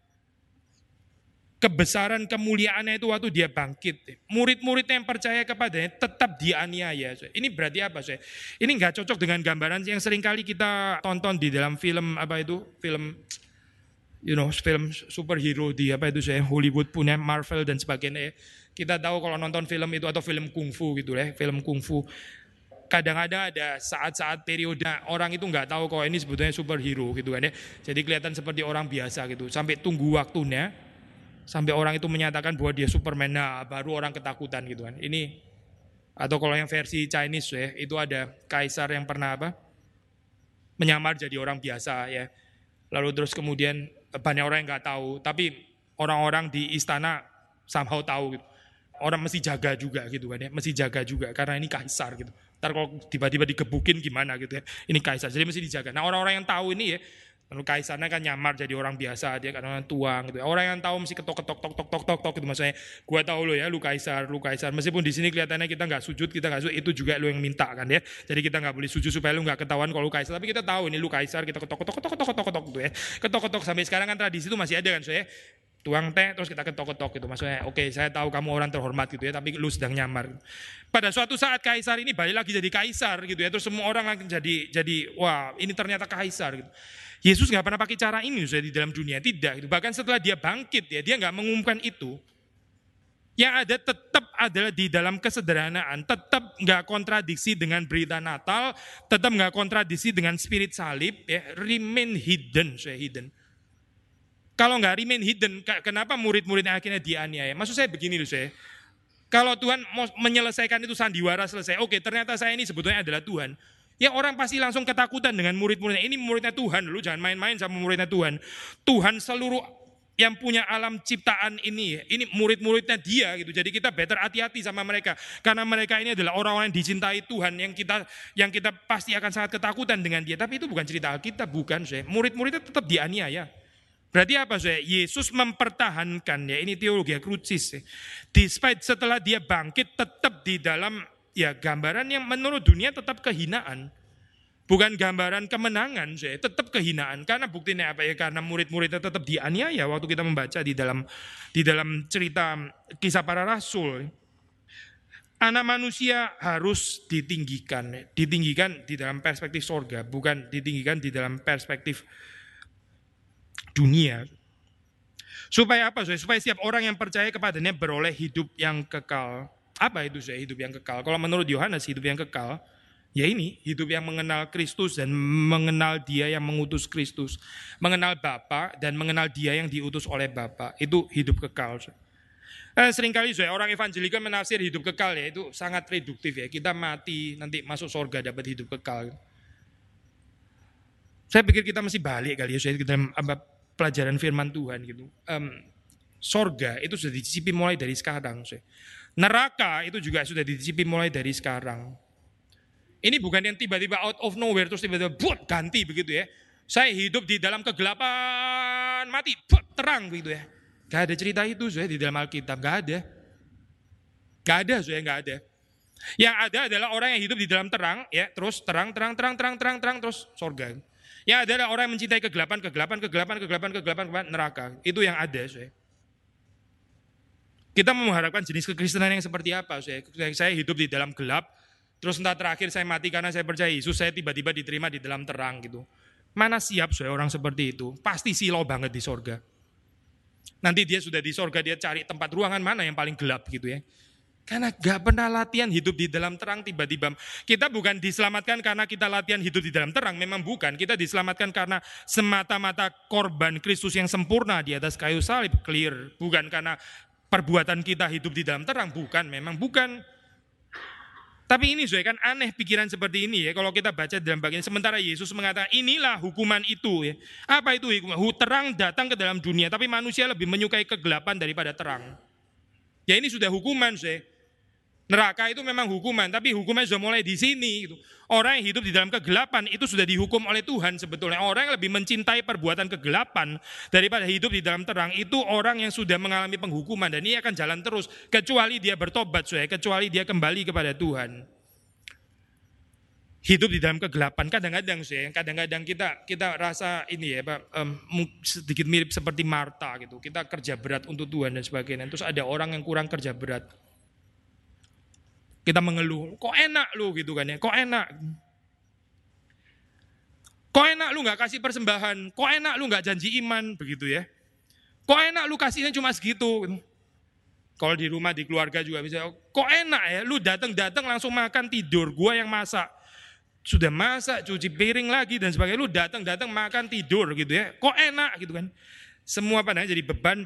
kebesaran kemuliaannya itu waktu dia bangkit. Murid-murid yang percaya kepadanya tetap dianiaya. Ini berarti apa? Ini nggak cocok dengan gambaran yang seringkali kita tonton di dalam film film superhero di Hollywood punya Marvel dan sebagainya. Kita tahu kalau nonton film itu atau film kungfu gitu ya, film kungfu. Kadang-kadang ada saat-saat periode orang itu nggak tahu kalau ini sebetulnya superhero gitu kan ya. Jadi kelihatan seperti orang biasa gitu. Sampai tunggu waktunya, sampai orang itu menyatakan bahwa dia Superman, nah baru orang ketakutan gitu kan. Ini atau kalau yang versi Chinese ya, itu ada kaisar yang pernah menyamar jadi orang biasa ya. Lalu terus kemudian banyak orang yang nggak tahu, tapi orang-orang di istana somehow tahu gitu. Orang mesti jaga juga gitu kan ya, mesti jaga juga karena ini kaisar gitu. Ntar kalau tiba-tiba digebukin gimana gitu ya, ini kaisar, jadi mesti dijaga. Nah orang-orang yang tahu ini ya, lalu kaisarnya kan nyamar jadi orang biasa, dia kadang-kadang tuang gitu. Orang yang tahu mesti ketok gitu, maksudnya gua tahu lo ya, lu kaisar. Meskipun di sini kelihatannya kita nggak sujud, itu juga lu yang minta kan ya. Jadi kita nggak boleh sujud supaya lu nggak ketahuan kalau lu kaisar. Tapi kita tahu ini lu kaisar, kita ketok gitu ya. Ketok sampai sekarang kan tradisi itu masih ada kan saya. Tuang teh terus kita ketok gitu, maksudnya oke, saya tahu kamu orang terhormat gitu ya, tapi lu sedang nyamar. Pada suatu saat kaisar ini balik lagi jadi kaisar gitu ya, terus semua orang lagi jadi wah ini ternyata kaisar gitu. Yesus nggak pernah pakai cara ini di dalam dunia, tidak gitu. Bahkan setelah dia bangkit ya, dia nggak mengumumkan itu. Yang ada tetap adalah di dalam kesederhanaan, tetap nggak kontradiksi dengan berita Natal, tetap nggak kontradiksi dengan spirit salib ya, remain hidden. Kalau nggak remain hidden, kenapa murid-muridnya akhirnya dianiaya? Maksud saya begini loh saya. Kalau Tuhan mau menyelesaikan itu sandiwara selesai, oke ternyata saya ini sebetulnya adalah Tuhan. Ya orang pasti langsung ketakutan dengan murid-muridnya. Ini muridnya Tuhan, lu jangan main-main sama muridnya Tuhan. Tuhan seluruh yang punya alam ciptaan ini murid-muridnya dia gitu. Jadi kita better hati-hati sama mereka karena mereka ini adalah orang-orang yang dicintai Tuhan yang kita pasti akan sangat ketakutan dengan dia. Tapi itu bukan cerita Alkitab, bukan. Murid-muridnya tetap dianiaya. Berarti apa? Yesus mempertahankan, ya ini teologi krucis. Despite setelah dia bangkit tetap di dalam ya gambaran yang menurut dunia tetap kehinaan. Bukan gambaran kemenangan, tetap kehinaan. Karena buktinya apa ya? Karena murid-muridnya tetap dianiaya waktu kita membaca di dalam cerita Kisah Para Rasul. Anak manusia harus ditinggikan di dalam perspektif sorga, bukan ditinggikan di dalam perspektif dunia. Supaya apa? Supaya setiap orang yang percaya kepadanya beroleh hidup yang kekal. Apa itu hidup yang kekal? Kalau menurut Yohanes hidup yang kekal, ya ini, hidup yang mengenal Kristus dan mengenal dia yang mengutus Kristus. Mengenal Bapa dan mengenal dia yang diutus oleh Bapa. Itu hidup kekal. Seringkali orang evangelikal menafsir hidup kekal ya, itu sangat reduktif ya. Kita mati, nanti masuk surga dapat hidup kekal. Saya pikir kita masih balik kali ya, kita pelajaran firman Tuhan gitu. Surga itu sudah dicicipi mulai dari sekarang. Neraka itu juga sudah dicicipi mulai dari sekarang. Ini bukan yang tiba-tiba out of nowhere terus tiba-tiba ganti begitu ya. Saya hidup di dalam kegelapan, mati, terang begitu ya. Gak ada cerita itu di dalam Alkitab, gak ada. Gak ada, gak ada. Yang ada adalah orang yang hidup di dalam terang, ya terus terang, terus surga. Yang ada adalah orang yang mencintai kegelapan, neraka. Itu yang ada. Kita mengharapkan jenis kekristenan yang seperti apa? Saya hidup di dalam gelap, terus entah terakhir saya mati karena saya percaya Yesus, saya tiba-tiba diterima di dalam terang gitu. Mana siap orang seperti itu? Pasti silau banget di sorga. Nanti dia sudah di sorga, dia cari tempat ruangan mana yang paling gelap gitu ya. Karena gak pernah latihan hidup di dalam terang tiba-tiba. Kita bukan diselamatkan karena kita latihan hidup di dalam terang, memang bukan. Kita diselamatkan karena semata-mata korban Kristus yang sempurna di atas kayu salib, clear. Bukan karena perbuatan kita hidup di dalam terang, bukan, memang bukan. Tapi ini kan aneh pikiran seperti ini ya, kalau kita baca dalam bagian sementara Yesus mengatakan inilah hukuman itu ya. Apa itu hukuman? Terang datang ke dalam dunia, tapi manusia lebih menyukai kegelapan daripada terang. Ya ini sudah hukuman Neraka itu memang hukuman, tapi hukuman sudah mulai di sini. Orang yang hidup di dalam kegelapan itu sudah dihukum oleh Tuhan sebetulnya. Orang yang lebih mencintai perbuatan kegelapan daripada hidup di dalam terang, itu orang yang sudah mengalami penghukuman. Dan ini akan jalan terus, kecuali dia bertobat, kecuali dia kembali kepada Tuhan. Hidup di dalam kegelapan, kadang-kadang kita rasa ini ya Pak, sedikit mirip seperti Marta gitu. Kita kerja berat untuk Tuhan dan sebagainya. Terus ada orang yang kurang kerja berat. Kita mengeluh, kok enak lu gitu kan ya, kok enak lu gak kasih persembahan, kok enak lu gak janji iman, begitu ya. Kok enak lu kasihnya cuma segitu. Kalau di rumah, di keluarga juga bisa, kok enak ya, lu datang langsung makan tidur, gua yang masak. Sudah masak, cuci piring lagi dan sebagainya, lu datang makan tidur gitu ya, kok enak gitu kan. Semua pandangan jadi beban.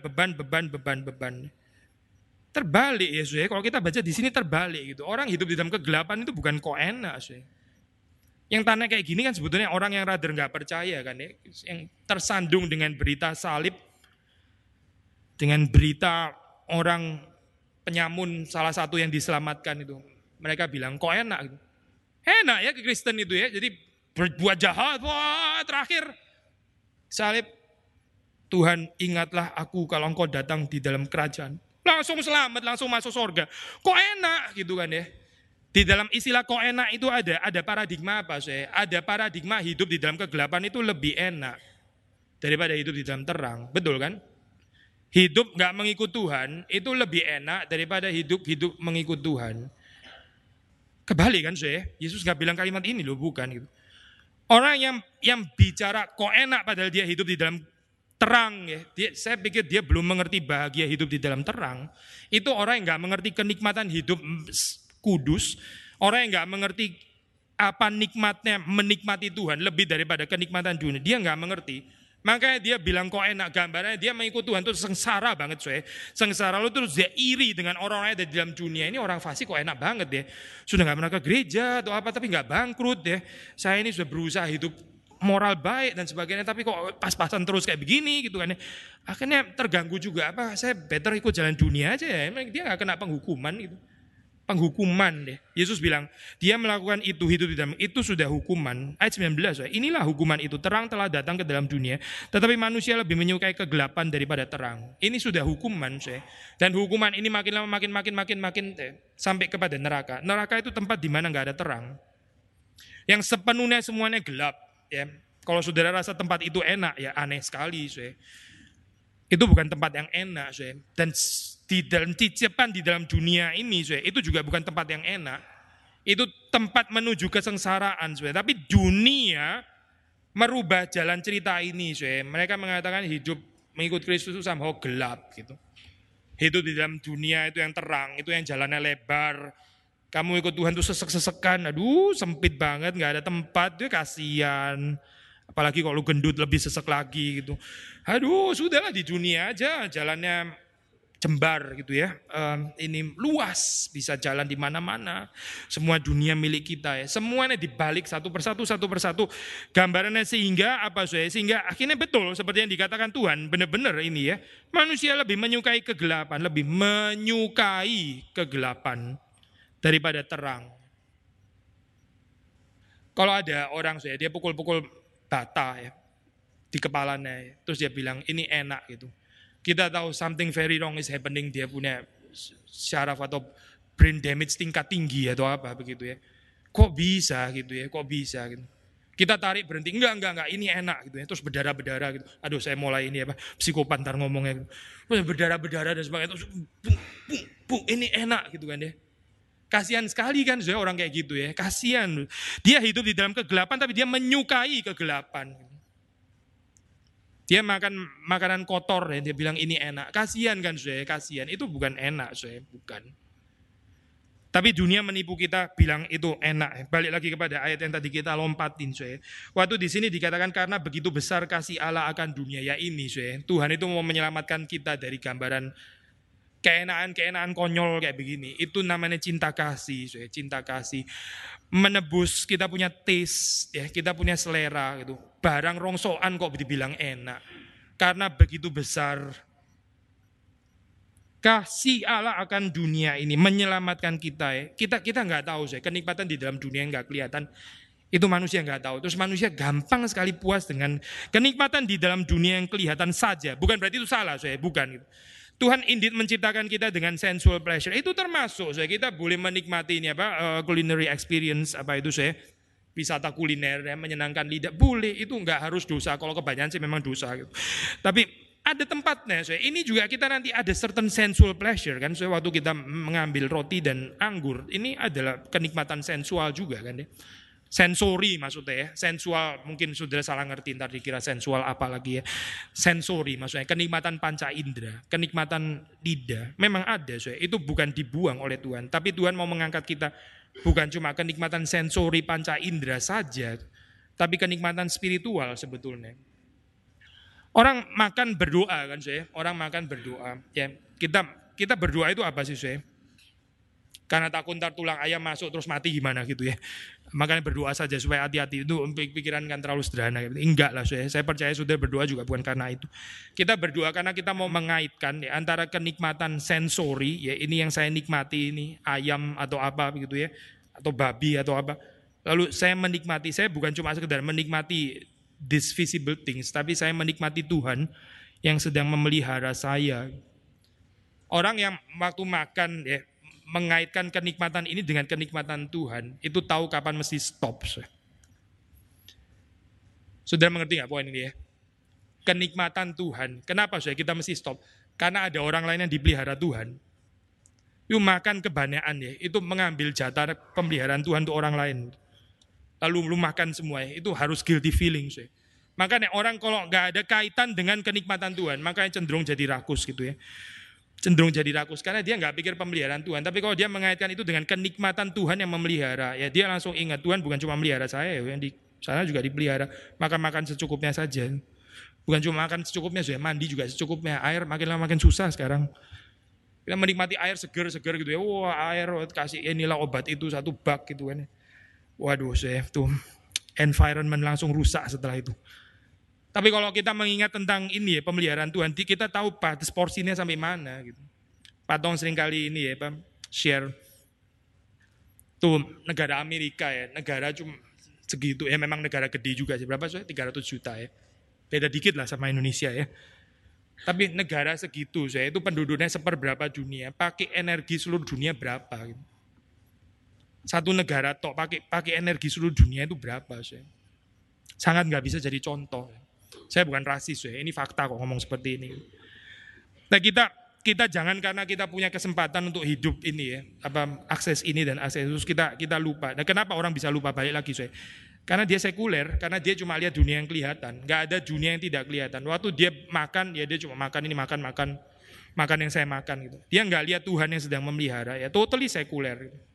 Terbalik ya, kalau kita baca di sini terbalik gitu. Orang hidup di dalam kegelapan itu bukan kok enak Yang tanya kayak gini kan sebetulnya orang yang rather nggak percaya kan ya, yang tersandung dengan berita salib, dengan berita orang penyamun salah satu yang diselamatkan itu. Mereka bilang kok enak gitu. Enak ya ke Kristen itu ya, jadi berbuat jahat, wah terakhir salib, Tuhan ingatlah aku kalau engkau datang di dalam kerajaan. Langsung selamat, langsung masuk surga. Kok enak gitu kan ya. Di dalam istilah kok enak itu ada paradigma apa Ada paradigma hidup di dalam kegelapan itu lebih enak daripada hidup di dalam terang. Betul kan? Hidup gak mengikut Tuhan itu lebih enak daripada hidup mengikut Tuhan. Kebalik kan Yesus gak bilang kalimat ini loh, bukan gitu. Orang yang bicara kok enak padahal dia hidup di dalam terang ya, saya pikir dia belum mengerti bahagia hidup di dalam terang. Itu orang yang gak mengerti kenikmatan hidup kudus, orang yang gak mengerti apa nikmatnya menikmati Tuhan lebih daripada kenikmatan dunia. Dia gak mengerti. Makanya dia bilang kok enak, gambarnya dia mengikut Tuhan itu sengsara banget Sengsara lu terus dia iri dengan orang-orang yang ada di dalam dunia. Ini orang fasik kok enak banget ya. Sudah gak pernah ke gereja atau apa tapi gak bangkrut ya. Saya ini sudah berusaha hidup moral baik dan sebagainya, tapi kok pas-pasan terus kayak begini gitu kan ya. Akhirnya terganggu juga, saya better ikut jalan dunia aja ya, dia gak kena penghukuman gitu. Penghukuman deh. Yesus bilang, dia melakukan itu, hidup di dalam itu sudah hukuman. Ayat 19, ya. Inilah hukuman itu, terang telah datang ke dalam dunia, tetapi manusia lebih menyukai kegelapan daripada terang. Ini sudah hukuman, ya. Dan hukuman ini makin lama makin sampai kepada neraka. Neraka itu tempat di mana nggak ada terang. Yang sepenuhnya semuanya gelap, ya. Kalau saudara rasa tempat itu enak, ya aneh sekali, ya. Itu bukan tempat yang enak, ya. Dan di dalam cicipan di dalam dunia ini, itu juga bukan tempat yang enak. Itu tempat menuju kesengsaraan, tapi dunia merubah jalan cerita ini. Mereka mengatakan hidup mengikut Kristus itu somehow gelap gitu. Hidup di dalam dunia itu yang terang, itu yang jalannya lebar. Kamu ikut Tuhan tuh sesek-sesekan, aduh sempit banget, nggak ada tempat, dia kasihan. Apalagi kalau lu gendut lebih sesek lagi gitu. Aduh sudahlah di dunia aja jalannya jembar gitu ya, ini luas, bisa jalan di mana-mana, semua dunia milik kita ya, semuanya dibalik satu persatu, gambarannya sehingga apa sehingga akhirnya betul seperti yang dikatakan Tuhan, benar-benar ini ya, manusia lebih menyukai kegelapan daripada terang. Kalau ada orang dia pukul-pukul bata ya di kepalanya, terus dia bilang ini enak gitu. Kita tahu something very wrong is happening, dia punya syaraf atau brain damage tingkat tinggi atau apa begitu ya. Kok bisa gitu ya, kok bisa gitu. Kita tarik berhenti, enggak, ini enak gitu ya. Terus berdarah-berdarah gitu. Aduh saya mulai ini psikopat ntar ngomongnya gitu. Berdarah-berdarah dan sebagainya. Terus ini enak gitu kan ya. Kasihan sekali kan orang kayak gitu ya, kasihan. Dia hidup di dalam kegelapan tapi dia menyukai kegelapan. Dia makan makanan kotor ya, dia bilang ini enak. Kasihan kan kasihan. Itu bukan enak bukan. Tapi dunia menipu kita bilang itu enak. Balik lagi kepada ayat yang tadi kita lompatin Waktu di sini dikatakan karena begitu besar kasih Allah akan dunia ya ini Tuhan itu mau menyelamatkan kita dari gambaran keenaan konyol kayak begini. Itu namanya cinta kasih cinta kasih. Menebus kita punya taste ya, kita punya selera gitu. Barang rongsokan kok dibilang enak. Karena begitu besar kasih Allah akan dunia ini menyelamatkan kita ya. Kita nggak tahu kenikmatan di dalam dunia yang nggak kelihatan. Itu manusia nggak tahu. Terus manusia gampang sekali puas dengan kenikmatan di dalam dunia yang kelihatan saja. Bukan berarti itu salah bukan gitu. Tuhan indeed menciptakan kita dengan sensual pleasure. Itu termasuk kita boleh menikmati ini culinary experience wisata kuliner ya, menyenangkan lidah. Boleh, itu nggak harus dosa. Kalau kebanyakan sih memang dosa gitu. Tapi ada tempatnya. Ini juga kita nanti ada certain sensual pleasure kan. Waktu kita mengambil roti dan anggur, ini adalah kenikmatan sensual juga kan ya. Sensori maksudnya ya, sensual mungkin saudara salah ngerti, ntar dikira sensual apa lagi ya. Sensori maksudnya kenikmatan panca indera, kenikmatan lidah. Memang ada itu bukan dibuang oleh Tuhan, tapi Tuhan mau mengangkat kita bukan cuma kenikmatan sensori panca indera saja, tapi kenikmatan spiritual sebetulnya. Orang makan berdoa kan orang makan berdoa ya. Kita berdoa itu apa sih Karena takut ntar tulang ayam masuk terus mati gimana gitu ya. Makanya berdoa saja supaya hati-hati. Itu pikiran kan terlalu sederhana. Enggak lah saya percaya sudah berdoa juga bukan karena itu. Kita berdoa karena kita mau mengaitkan ya, antara kenikmatan sensori ya, ini yang saya nikmati ini ayam atau apa begitu ya, atau babi atau apa. Lalu saya menikmati, saya bukan cuma sekedar menikmati these visible things, tapi saya menikmati Tuhan yang sedang memelihara saya. Orang yang waktu makan ya mengaitkan kenikmatan ini dengan kenikmatan Tuhan, itu tahu kapan mesti stop. Saudara mengerti nggak poin ini ya? Kenikmatan Tuhan, kenapa kita mesti stop? Karena ada orang lain yang dipelihara Tuhan. Itu makan kebanyakan ya, itu mengambil jatah pemeliharaan Tuhan untuk orang lain. Lalu lu makan semua ya, itu harus guilty feeling. Makanya orang kalau nggak ada kaitan dengan kenikmatan Tuhan, makanya cenderung jadi rakus gitu ya. Cenderung jadi rakus karena dia nggak pikir pemeliharaan Tuhan. Tapi kalau dia mengaitkan itu dengan kenikmatan Tuhan yang memelihara, ya dia langsung ingat Tuhan bukan cuma melihara saya, yang di sana juga dipelihara. Makan secukupnya saja. Bukan cuma makan secukupnya, mandi juga secukupnya. Air makin lama makin susah sekarang. Kita menikmati air seger gitu ya. Wah air kasih inilah obat itu 1 bak gitu kan. Waduh tuh environment langsung rusak setelah itu. Tapi kalau kita mengingat tentang ini ya, pemeliharaan Tuhan, kita tahu batas porsinya sampai mana gitu. Patong seringkali ini ya, share tuh negara Amerika ya, negara cuma segitu ya, memang negara gede juga sih, berapa sih? 300 juta ya. Beda dikit lah sama Indonesia ya. Tapi negara segitu saya itu penduduknya seperberapa dunia, pakai energi seluruh dunia berapa gitu. Satu negara tok pakai energi seluruh dunia itu berapa saya? Sangat nggak bisa jadi contoh. Saya bukan rasis ya, ini fakta kok ngomong seperti ini. Nah kita jangan karena kita punya kesempatan untuk hidup ini ya, akses ini dan akses itu kita lupa. Nah kenapa orang bisa lupa, balik lagi saya? Karena dia sekuler, karena dia cuma lihat dunia yang kelihatan, nggak ada dunia yang tidak kelihatan. Waktu dia makan ya dia cuma makan ini makan yang saya makan gitu. Dia nggak lihat Tuhan yang sedang memelihara ya, totally sekuler. Gitu.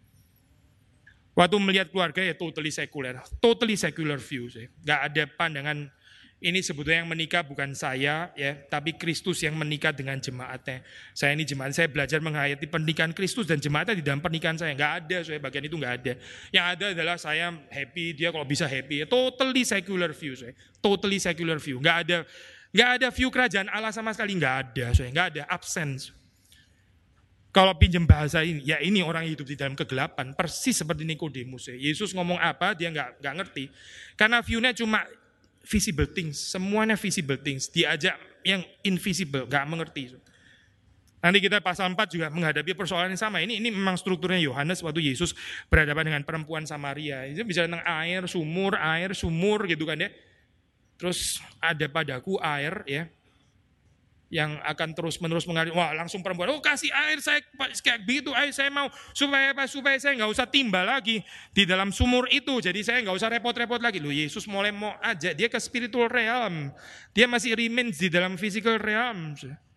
Waktu melihat keluarga ya totally secular view saya. Nggak ada pandangan. Ini sebetulnya yang menikah bukan saya ya, tapi Kristus yang menikah dengan jemaatnya. Saya ini jemaat, saya belajar menghayati pernikahan Kristus dan jemaatnya di dalam pernikahan saya. Nggak ada, saya bagian itu nggak ada. Yang ada adalah saya happy, dia kalau bisa happy. Totally secular view saya, totally secular view. Nggak ada view kerajaan Allah sama sekali, nggak ada, saya nggak ada, absence. Kalau pinjam bahasa ini, ya ini orang hidup di dalam kegelapan, persis seperti Nikodemus. Ya. Yesus ngomong apa dia nggak ngerti, karena view-nya cuma visible things, semuanya visible things, diajak yang invisible, gak mengerti. Nanti kita pasal 4 juga menghadapi persoalan yang sama. Ini memang strukturnya Yohanes waktu Yesus berhadapan dengan perempuan Samaria. Itu bicara tentang air, sumur gitu kan ya. Terus ada padaku air ya, yang akan terus-menerus mengalir. Wah langsung perempuan, kasih air saya kayak begitu, air saya mau supaya saya nggak usah timba lagi di dalam sumur itu, jadi saya nggak usah repot-repot lagi. Loh Yesus mulai mau ajak dia ke spiritual realm, dia masih remains di dalam physical realm.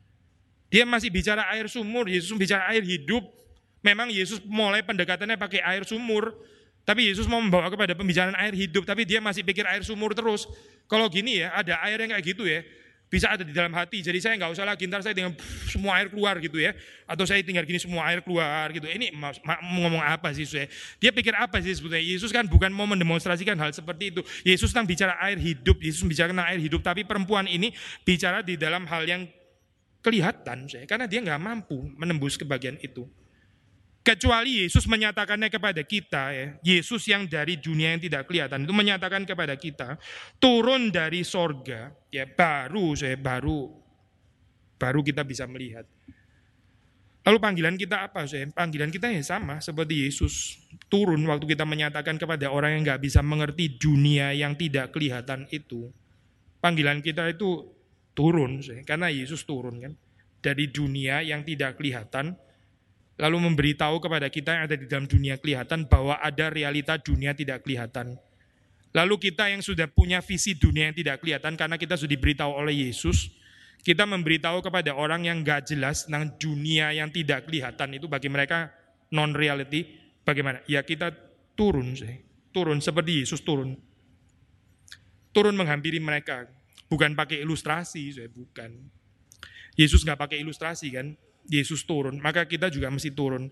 Dia masih bicara air sumur, Yesus bicara air hidup. Memang Yesus mulai pendekatannya pakai air sumur, tapi Yesus mau membawa kepada pembicaraan air hidup, tapi dia masih pikir air sumur terus. Kalau gini ya, ada air yang kayak gitu ya, bisa ada di dalam hati, jadi saya nggak usah lagi, ntar saya tinggal semua air keluar gitu ya, atau saya tinggal gini semua air keluar gitu. Ini ngomong apa sih saya? Dia pikir apa sih sebetulnya? Yesus kan bukan mau mendemonstrasikan hal seperti itu. Yesus tentang bicara air hidup, Yesus bicara tentang air hidup, tapi perempuan ini bicara di dalam hal yang kelihatan saya, karena dia nggak mampu menembus ke bagian itu. Kecuali Yesus menyatakannya kepada kita ya, Yesus yang dari dunia yang tidak kelihatan itu menyatakan kepada kita, turun dari sorga ya, baru kita bisa melihat. Lalu panggilan kita apa? Panggilan kita ya sama seperti Yesus, turun waktu kita menyatakan kepada orang yang nggak bisa mengerti dunia yang tidak kelihatan itu. Panggilan kita itu turun, karena Yesus turun kan dari dunia yang tidak kelihatan, lalu memberitahu kepada kita yang ada di dalam dunia kelihatan bahwa ada realita dunia tidak kelihatan. Lalu kita yang sudah punya visi dunia yang tidak kelihatan karena kita sudah diberitahu oleh Yesus, kita memberitahu kepada orang yang gak jelas tentang dunia yang tidak kelihatan itu bagi mereka non-reality. Bagaimana? Ya kita turun seperti Yesus turun menghampiri mereka, bukan pakai ilustrasi, bukan. Yesus gak pakai ilustrasi kan? Yesus turun, maka kita juga mesti turun.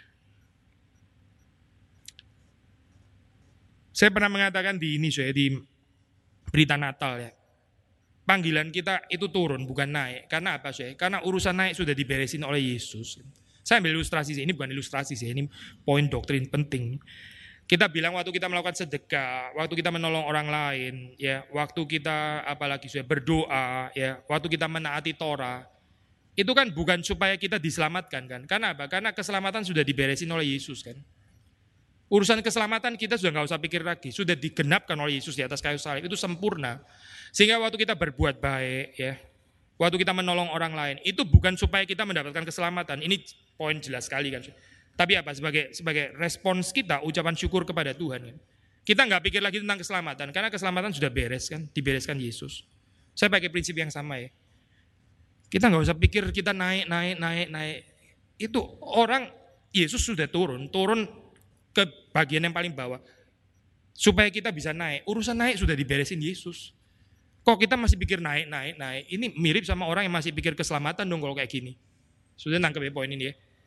Saya pernah mengatakan di berita Natal ya, panggilan kita itu turun bukan naik. Karena apa sih? Karena urusan naik sudah diberesin oleh Yesus. Saya ambil ilustrasi sih, ini bukan ilustrasi sih, ini poin doktrin penting. Kita bilang waktu kita melakukan sedekah, waktu kita menolong orang lain, ya, waktu kita apalagi berdoa, ya, waktu kita menaati Torah. Itu kan bukan supaya kita diselamatkan kan. Karena apa? Karena keselamatan sudah diberesin oleh Yesus kan. Urusan keselamatan kita sudah nggak usah pikir lagi. Sudah digenapkan oleh Yesus di atas kayu salib. Itu sempurna. Sehingga waktu kita berbuat baik ya, waktu kita menolong orang lain, itu bukan supaya kita mendapatkan keselamatan. Ini poin jelas sekali kan. Tapi apa? Sebagai respons kita, ucapan syukur kepada Tuhan kan. Kita nggak pikir lagi tentang keselamatan. Karena keselamatan sudah beres kan. Dibereskan Yesus. Saya pakai prinsip yang sama ya. Kita nggak usah pikir kita naik. Itu orang, Yesus sudah turun ke bagian yang paling bawah. Supaya kita bisa naik. Urusan naik sudah diberesin Yesus. Kok kita masih pikir naik. Ini mirip sama orang yang masih pikir keselamatan dong kalau kayak gini. Sudah nangkep ya poin ini ya.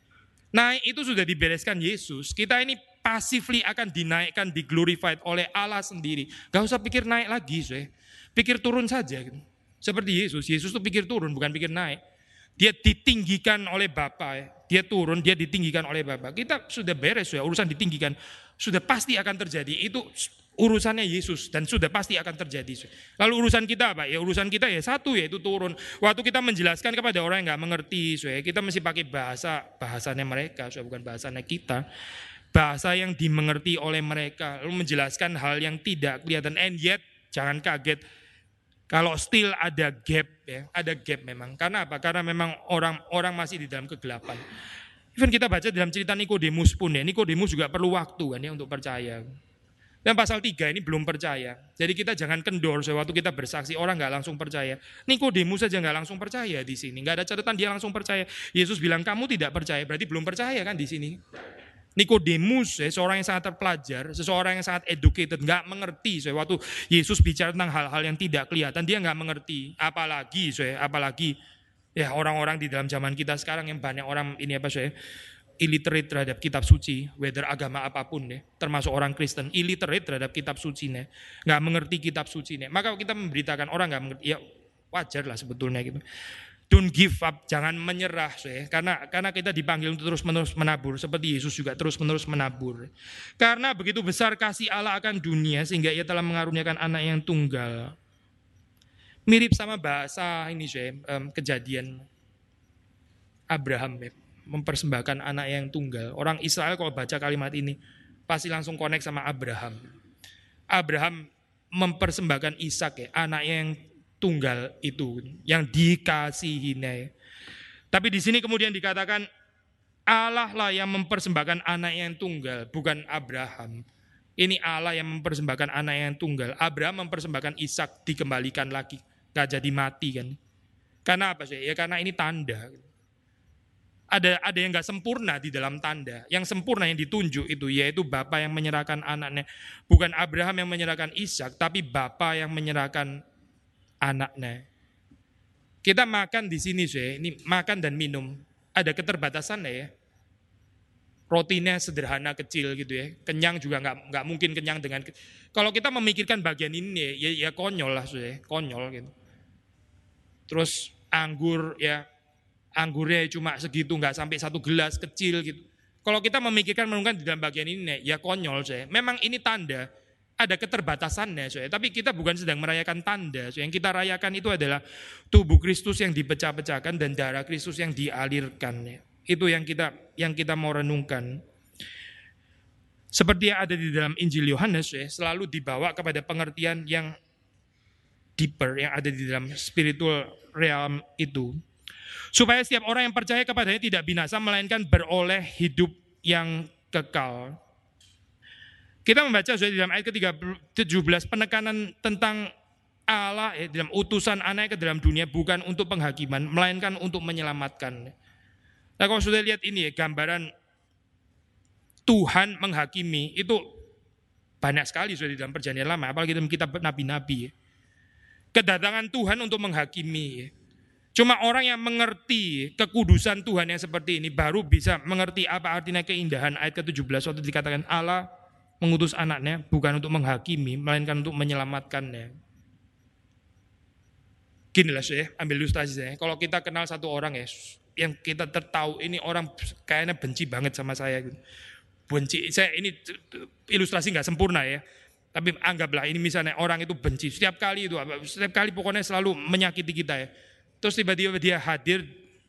Naik itu sudah dibereskan Yesus. Kita ini passively akan dinaikkan, diglorified oleh Allah sendiri. Gak usah pikir naik lagi, pikir turun saja. Seperti Yesus. Yesus itu pikir turun, bukan pikir naik. Dia ditinggikan oleh Bapa. Dia turun, dia ditinggikan oleh Bapa. Kita sudah beres, urusan ditinggikan. Sudah pasti akan terjadi. Itu urusannya Yesus dan sudah pasti akan terjadi. Lalu urusan kita apa? Ya urusan kita ya satu, yaitu turun. Waktu kita menjelaskan kepada orang yang nggak mengerti, kita mesti pakai bahasanya mereka, bukan bahasanya kita. Bahasa yang dimengerti oleh mereka. Lalu menjelaskan hal yang tidak kelihatan. And yet, jangan kaget kalau still ada gap, ya, ada gap memang. Karena apa? Karena memang orang masih di dalam kegelapan. Even kita baca dalam cerita Nikodemus pun ya, Nikodemus juga perlu waktu kan ya untuk percaya. Dan pasal 3 ini belum percaya. Jadi kita jangan kendor waktu kita bersaksi orang nggak langsung percaya. Nikodemus saja nggak langsung percaya di sini. Nggak ada catatan dia langsung percaya. Yesus bilang kamu tidak percaya, berarti belum percaya kan di sini. Nikodemus, seorang yang sangat terpelajar, seseorang yang sangat educated, nggak mengerti. Waktu Yesus bicara tentang hal-hal yang tidak kelihatan, dia nggak mengerti. Apalagi ya orang-orang di dalam zaman kita sekarang yang banyak orang ini illiterate terhadap kitab suci, whether agama apapun termasuk orang Kristen, illiterate terhadap kitab suci nggak mengerti kitab suci Maka kita memberitakan orang nggak mengerti, ya wajar lah sebetulnya gitu. Don't give up, jangan menyerah karena kita dipanggil untuk terus-menerus menabur seperti Yesus juga terus-menerus menabur. Karena begitu besar kasih Allah akan dunia sehingga Ia telah mengaruniakan anak yang tunggal. Mirip sama bahasa ini Kejadian Abraham mempersembahkan anak yang tunggal. Orang Israel kalau baca kalimat ini pasti langsung connect sama Abraham. Abraham mempersembahkan Ishak anak yang tunggal itu yang dikasihinya. Tapi di sini kemudian dikatakan Allah lah yang mempersembahkan anak yang tunggal, bukan Abraham. Ini Allah yang mempersembahkan anak yang tunggal. Abraham mempersembahkan Ishak dikembalikan lagi, gak jadi mati kan. Karena apa Ya karena ini tanda. Ada yang gak sempurna di dalam tanda. Yang sempurna yang ditunjuk itu yaitu Bapa yang menyerahkan anaknya. Bukan Abraham yang menyerahkan Ishak, tapi Bapa yang menyerahkan anaknya. Kita makan di sini ini makan dan minum ada keterbatasannya ya. Rotinya sederhana kecil gitu ya. Kenyang juga nggak mungkin kenyang dengan. Kalau kita memikirkan bagian ini ya konyol lah konyol gitu. Terus anggurnya cuma segitu, nggak sampai 1 gelas kecil gitu. Kalau kita memikirkan menungkan di dalam bagian ini ya konyol Memang ini tanda. Ada keterbatasannya, tapi kita bukan sedang merayakan tanda. Yang kita rayakan itu adalah tubuh Kristus yang dipecah-pecahkan dan darah Kristus yang dialirkan. Itu yang kita mau renungkan. Seperti yang ada di dalam Injil Yohanes, selalu dibawa kepada pengertian yang deeper, yang ada di dalam spiritual realm itu. Supaya setiap orang yang percaya kepadanya tidak binasa, melainkan beroleh hidup yang kekal. Kita membaca di dalam ayat ke-17 penekanan tentang Allah dalam utusan anaknya ke dalam dunia bukan untuk penghakiman, melainkan untuk menyelamatkan. Nah kalau sudah lihat ini gambaran Tuhan menghakimi itu banyak sekali sudah di dalam perjanjian lama, apalagi dalam kitab nabi-nabi. Kedatangan Tuhan untuk menghakimi. Cuma orang yang mengerti kekudusan Tuhan yang seperti ini baru bisa mengerti apa artinya keindahan ayat ke-17 waktu dikatakan Allah mengutus anaknya bukan untuk menghakimi, melainkan untuk menyelamatkannya. Ginilah ambil ilustrasi kalau kita kenal satu orang yang kita tertahu ini orang kayaknya benci banget sama saya. Benci, ini ilustrasi nggak sempurna ya. Tapi anggaplah ini misalnya orang itu benci. Setiap kali pokoknya selalu menyakiti kita Terus tiba-tiba dia hadir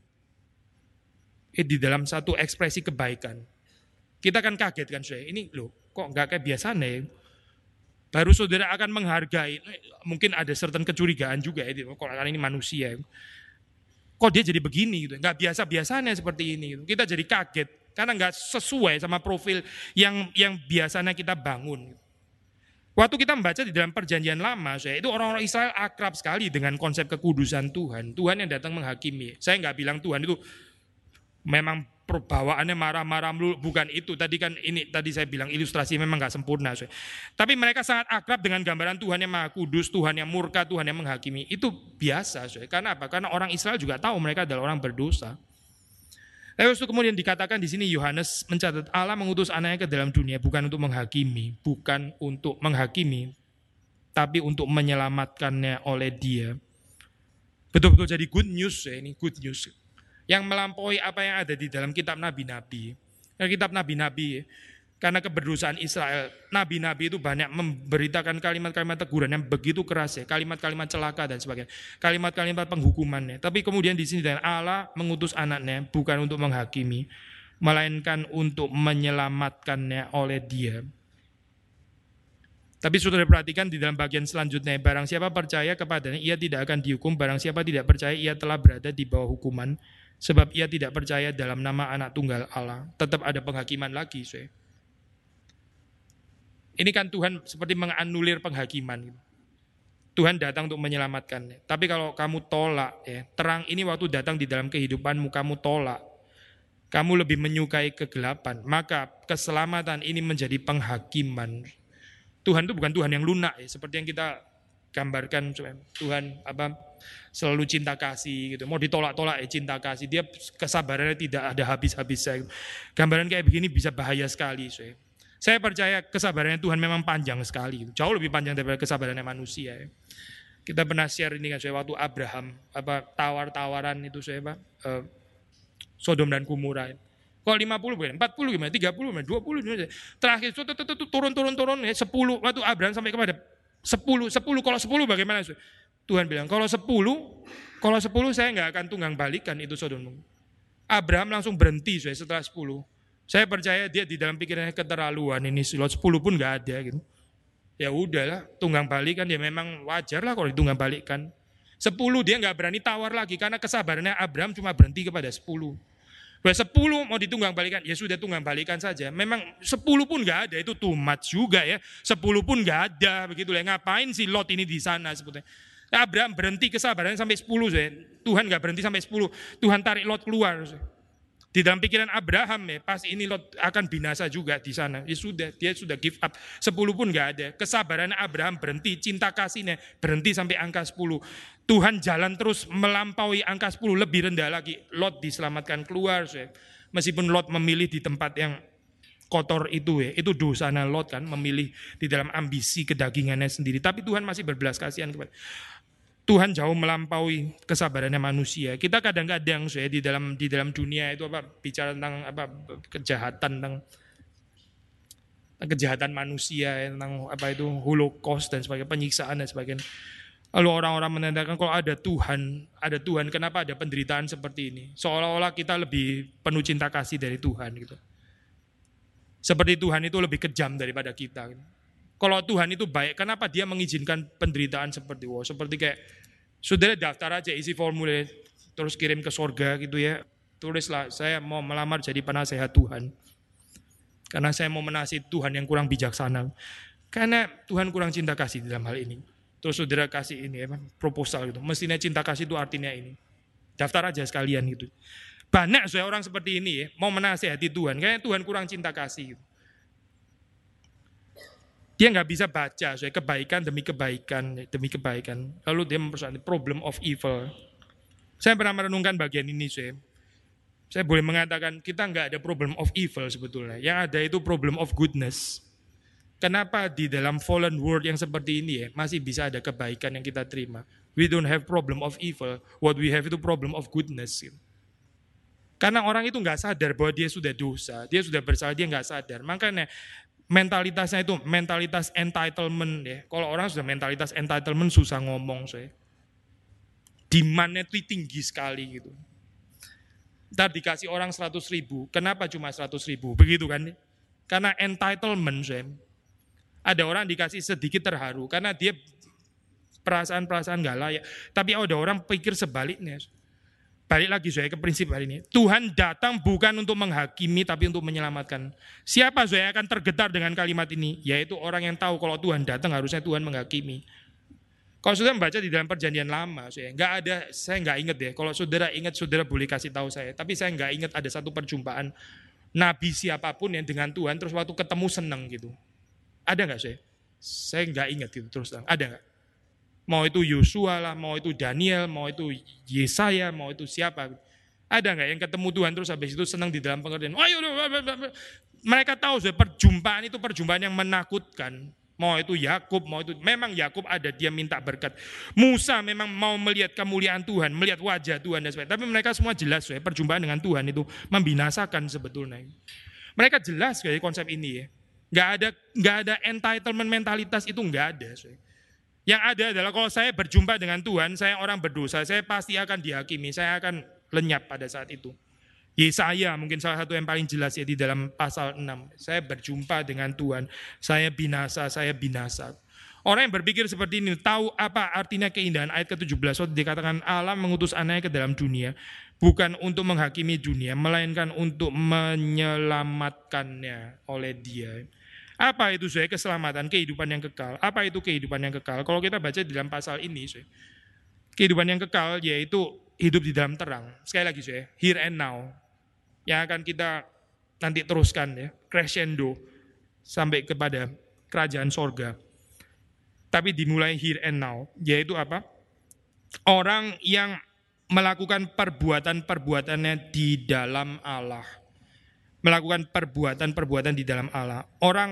di dalam satu ekspresi kebaikan. Kita kan kaget kan ini loh. Kok nggak kayak biasanya baru saudara akan menghargai, mungkin ada certain kecurigaan juga kok ini manusia, kok dia jadi begini gitu, nggak biasa-biasanya seperti ini gitu. Kita jadi kaget karena nggak sesuai sama profil yang biasanya kita bangun. Waktu kita membaca di dalam perjanjian lama, itu orang-orang Israel akrab sekali dengan konsep kekudusan Tuhan yang datang menghakimi. Saya nggak bilang Tuhan itu memang bawaannya marah-marah melulu, bukan itu. Tadi saya bilang ilustrasi memang nggak sempurna. Tapi mereka sangat akrab dengan gambaran Tuhan yang maha kudus, Tuhan yang murka, Tuhan yang menghakimi. Itu biasa. Karena apa? Karena orang Israel juga tahu mereka adalah orang berdosa. Lalu kemudian dikatakan di sini Yohanes mencatat Allah mengutus anaknya ke dalam dunia bukan untuk menghakimi, tapi untuk menyelamatkannya oleh Dia. Betul-betul jadi good news ya, ini good news. Yang melampaui apa yang ada di dalam kitab nabi-nabi. Kitab nabi-nabi, karena keberdosaan Israel, nabi-nabi itu banyak memberitakan kalimat-kalimat teguran yang begitu keras ya, kalimat-kalimat celaka dan sebagainya, kalimat-kalimat penghukumannya. Tapi kemudian di sini dan Allah mengutus anaknya bukan untuk menghakimi, melainkan untuk menyelamatkannya oleh Dia. Tapi saudara perhatikan di dalam bagian selanjutnya, barang siapa percaya kepadanya, ia tidak akan dihukum, barang siapa tidak percaya, ia telah berada di bawah hukuman, sebab ia tidak percaya dalam nama anak tunggal Allah. Tetap ada penghakiman lagi, saya. Ini kan Tuhan seperti menganulir penghakiman. Tuhan datang untuk menyelamatkan. Tapi kalau kamu tolak, ya, terang ini waktu datang di dalam kehidupanmu, kamu tolak. Kamu lebih menyukai kegelapan. Maka keselamatan ini menjadi penghakiman. Tuhan itu bukan Tuhan yang lunak, ya, seperti yang kita gambarkan. Tuhan selalu cinta kasih, gitu. Mau ditolak-tolak cinta kasih. Dia kesabarannya tidak ada habis-habisnya. Gambaran kayak begini bisa bahaya sekali. Saya percaya kesabarannya Tuhan memang panjang sekali, jauh lebih panjang daripada kesabarannya manusia. Ya. Kita pernah share ini kan, waktu Abraham tawar-tawaran itu Sodom dan Gomora. Kalau 50 bukan, 40 gimana, 30 gimana, 20 gimana. Terakhir itu turun ya, 10 waktu Abraham sampai kepada 10 kalau 10 bagaimana? Tuhan bilang kalau 10 saya nggak akan tunggang balikan itu Sodom. Abraham langsung berhenti setelah 10. Saya percaya dia di dalam pikirannya keterlaluan ini slot 10 pun nggak ada gitu. Ya udahlah, tunggang balikan ya memang wajar lah kalau ditunggang balikan. 10 dia nggak berani tawar lagi karena kesabarannya Abraham cuma berhenti kepada 10. 10 mau ditunggang balikan, ya sudah tunggang balikan saja. Memang 10 pun nggak ada, itu too much juga ya. 10 pun nggak ada, begitu lah. Ngapain si Lot ini di sana sebetulnya? Abraham berhenti kesabarannya sampai 10. Tuhan nggak berhenti sampai 10. Tuhan tarik Lot keluar. Di dalam pikiran Abraham ya, pas ini Lot akan binasa juga di sana. Ya sudah, dia sudah give up. 10 pun nggak ada. Kesabaran Abraham berhenti, cinta kasihnya berhenti sampai angka 10. Tuhan jalan terus melampaui angka 10, lebih rendah lagi. Lot diselamatkan keluar. Meskipun Lot memilih di tempat yang kotor itu ya, itu dosanya Lot kan, memilih di dalam ambisi kedagingannya sendiri. Tapi Tuhan masih berbelas kasihan kepada Tuhan jauh melampaui kesabarannya manusia. Kita kadang-kadang di dalam dunia itu bicara tentang kejahatan manusia, tentang itu Holocaust dan sebagainya, penyiksaan dan sebagainya. Lalu orang-orang menandakan kalau ada Tuhan, kenapa ada penderitaan seperti ini? Seolah-olah kita lebih penuh cinta kasih dari Tuhan gitu. Seperti Tuhan itu lebih kejam daripada kita gitu. Kalau Tuhan itu baik, kenapa dia mengizinkan penderitaan seperti kayak saudara daftar aja, isi formulir, terus kirim ke sorga gitu ya. Tulislah, saya mau melamar jadi penasehat Tuhan. Karena saya mau menasihati Tuhan yang kurang bijaksana. Karena Tuhan kurang cinta kasih dalam hal ini. Terus saudara kasih ini proposal gitu. Mestinya cinta kasih itu artinya ini. Daftar aja sekalian gitu. Banyak orang seperti ini ya, mau menasihati Tuhan. Kayaknya Tuhan kurang cinta kasih gitu. Dia nggak bisa baca kebaikan demi kebaikan. Lalu dia mempersoalkan problem of evil. Saya pernah merenungkan bagian ini. Saya boleh mengatakan kita nggak ada problem of evil sebetulnya. Yang ada itu problem of goodness. Kenapa di dalam fallen world yang seperti ini masih bisa ada kebaikan yang kita terima? We don't have problem of evil. What we have itu problem of goodness. Karena orang itu nggak sadar bahwa dia sudah dosa, dia sudah bersalah, dia nggak sadar. Makanya mentalitasnya itu mentalitas entitlement ya. Kalau orang sudah mentalitas entitlement susah ngomong Demand-nya itu tinggi sekali gitu. Ntar dikasih orang 100.000, kenapa cuma 100.000? Begitu kan? Karena entitlement Ada orang dikasih sedikit terharu karena dia perasaan-perasaan gak layak. Tapi ada orang pikir sebaliknya. Balik lagi ke prinsip hari ini. Tuhan datang bukan untuk menghakimi tapi untuk menyelamatkan. Siapa yang akan tergetar dengan kalimat ini? Yaitu orang yang tahu kalau Tuhan datang harusnya Tuhan menghakimi. Kalau saudara membaca di dalam perjanjian lama, saya nggak ingat ya. Kalau saudara ingat, saudara boleh kasih tahu saya. Tapi saya nggak ingat ada satu perjumpaan nabi siapapun yang dengan Tuhan terus waktu ketemu senang gitu. Ada nggak Saya nggak ingat gitu terus terang. Ada nggak? Mau itu Yosua lah, mau itu Daniel, mau itu Yesaya, mau itu siapa. Ada nggak yang ketemu Tuhan terus habis itu senang di dalam pengertian? Ayo, mereka tahu perjumpaan itu perjumpaan yang menakutkan. Mau itu Yakub, mau itu memang Yakub ada dia minta berkat. Musa memang mau melihat kemuliaan Tuhan, melihat wajah Tuhan dan sebagainya. Tapi mereka semua jelas perjumpaan dengan Tuhan itu membinasakan sebetulnya. Mereka jelas kayak konsep ini ya. Nggak ada entitlement mentalitas itu nggak ada. Yang ada adalah kalau saya berjumpa dengan Tuhan, saya orang berdosa, saya pasti akan dihakimi, saya akan lenyap pada saat itu. Yesaya mungkin salah satu yang paling jelas ya di dalam pasal 6. Saya berjumpa dengan Tuhan, saya binasa, saya binasa. Orang yang berpikir seperti ini tahu apa artinya keindahan ayat ke-17. Waktu dikatakan Allah mengutus anaknya ke dalam dunia, bukan untuk menghakimi dunia, melainkan untuk menyelamatkannya oleh dia. Apa itu saya keselamatan, kehidupan yang kekal? Apa itu kehidupan yang kekal? Kalau kita baca di dalam pasal ini, kehidupan yang kekal yaitu hidup di dalam terang. Sekali lagi here and now. Yang akan kita nanti teruskan ya, crescendo sampai kepada kerajaan sorga. Tapi dimulai here and now, yaitu apa? Orang yang melakukan perbuatan-perbuatannya di dalam Allah. Melakukan perbuatan-perbuatan di dalam Allah. Orang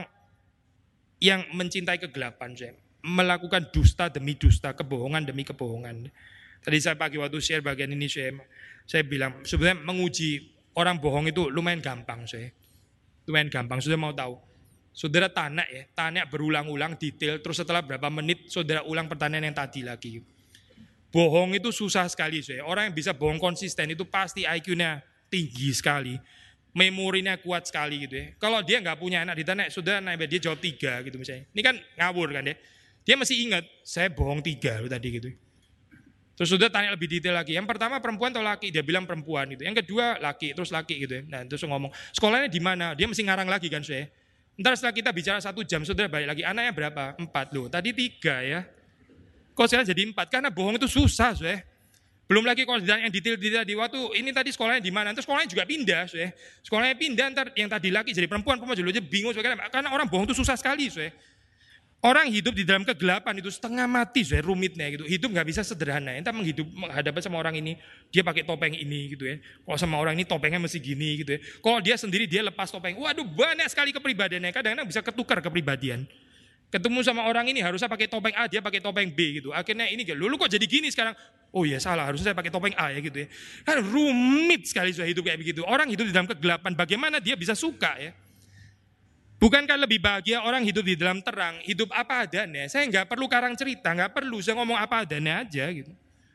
yang mencintai kegelapan, melakukan dusta demi dusta, kebohongan demi kebohongan. Tadi saya pagi waktu share bagian ini, saya bilang sebenarnya menguji orang bohong itu lumayan gampang, lumayan gampang. Sudah mau tahu? Saudara tanya berulang-ulang detail, terus setelah berapa menit saudara ulang pertanyaan yang tadi lagi. Bohong itu susah sekali, orang yang bisa bohong konsisten itu pasti IQ-nya tinggi sekali, memorinya kuat sekali gitu ya. Kalau dia nggak punya anak ditanya, saudara nanya dia jawab 3 gitu misalnya. Ini kan ngawur kan ya. Dia masih ingat saya bohong 3 loh tadi gitu. Terus sudah tanya lebih detail lagi. Yang pertama perempuan atau laki? Dia bilang perempuan gitu. Yang kedua laki, terus laki gitu ya. Nah terus ngomong, sekolahnya di mana? Dia mesti ngarang lagi kan saya. Ntar setelah kita bicara 1 jam, saudara balik lagi. Anaknya berapa? 4 loh. Tadi 3 ya. Kok sekarang jadi 4? Karena bohong itu susah saya. Belum lagi kalau yang detail-detail di waktu ini tadi sekolahnya di mana? Terus sekolahnya juga pindah saya. Sekolahnya pindah, ntar yang tadi laki jadi perempuan jadi bingung. Karena orang bohong itu susah sekali saya. Orang hidup di dalam kegelapan itu setengah mati, rumitnya gitu. Hidup nggak bisa sederhana. Entah menghadapi sama orang ini, dia pakai topeng ini gitu ya. Kalau sama orang ini topengnya mesti gini gitu ya. Kalau dia sendiri dia lepas topeng, waduh banyak sekali kepribadiannya. Kadang-kadang bisa ketukar kepribadian. Ketemu sama orang ini harusnya pakai topeng A, dia pakai topeng B gitu. Akhirnya ini lu kok jadi gini sekarang? Oh iya salah, harusnya saya pakai topeng A ya gitu ya. Kan rumit sekali hidup kayak begitu. Orang hidup di dalam kegelapan, bagaimana dia bisa suka ya? Bukankah lebih bahagia orang hidup di dalam terang, hidup apa adanya? Saya nggak perlu karang cerita, nggak perlu, saya ngomong apa adanya aja gitu.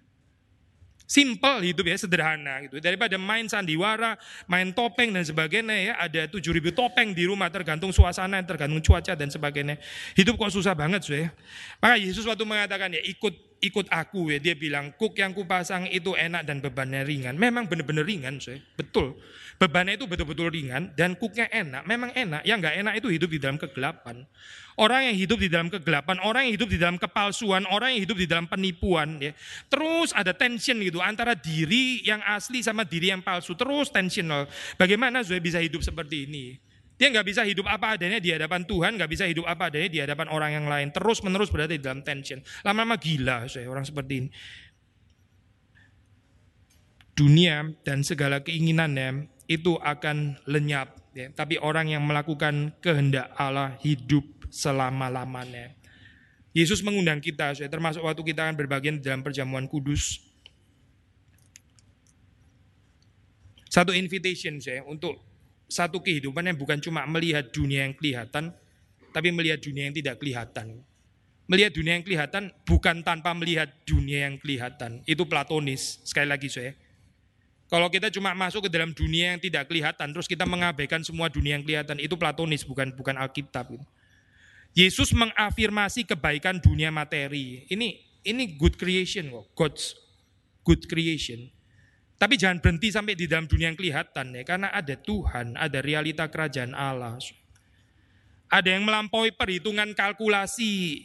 Simple hidup ya, sederhana gitu. Daripada main sandiwara, main topeng dan sebagainya ya, ada 7.000 topeng di rumah tergantung suasana, tergantung cuaca dan sebagainya. Hidup kok susah banget ya. Maka Yesus waktu mengatakan ya ikut aku ya, dia bilang kuk yang kupasang itu enak dan bebannya ringan. Memang benar-benar ringan betul. Bebannya itu betul-betul ringan dan kuknya enak, memang enak. Yang nggak enak itu hidup di dalam kegelapan. Orang yang hidup di dalam kegelapan, orang yang hidup di dalam kepalsuan, orang yang hidup di dalam penipuan, ya. Terus ada tension gitu antara diri yang asli sama diri yang palsu, terus tensional. Bagaimana saya bisa hidup seperti ini? Dia nggak bisa hidup apa adanya di hadapan Tuhan, nggak bisa hidup apa adanya di hadapan orang yang lain. Terus menerus berada di dalam tension. Lama-lama gila orang seperti ini. Dunia dan segala keinginannya itu akan lenyap, ya. Tapi orang yang melakukan kehendak Allah hidup selama-lamanya. Yesus mengundang kita, termasuk waktu kita akan berbagian dalam perjamuan kudus. Satu invitation untuk satu kehidupan yang bukan cuma melihat dunia yang kelihatan, tapi melihat dunia yang tidak kelihatan. Melihat dunia yang kelihatan bukan tanpa melihat dunia yang kelihatan. Itu platonis, sekali lagi Kalau kita cuma masuk ke dalam dunia yang tidak kelihatan, terus kita mengabaikan semua dunia yang kelihatan, itu platonis, bukan Alkitab. Yesus mengafirmasi kebaikan dunia materi. Ini good creation kok, God's good creation. Tapi jangan berhenti sampai di dalam dunia yang kelihatan ya, karena ada Tuhan, ada realita kerajaan Allah. Ada yang melampaui perhitungan kalkulasi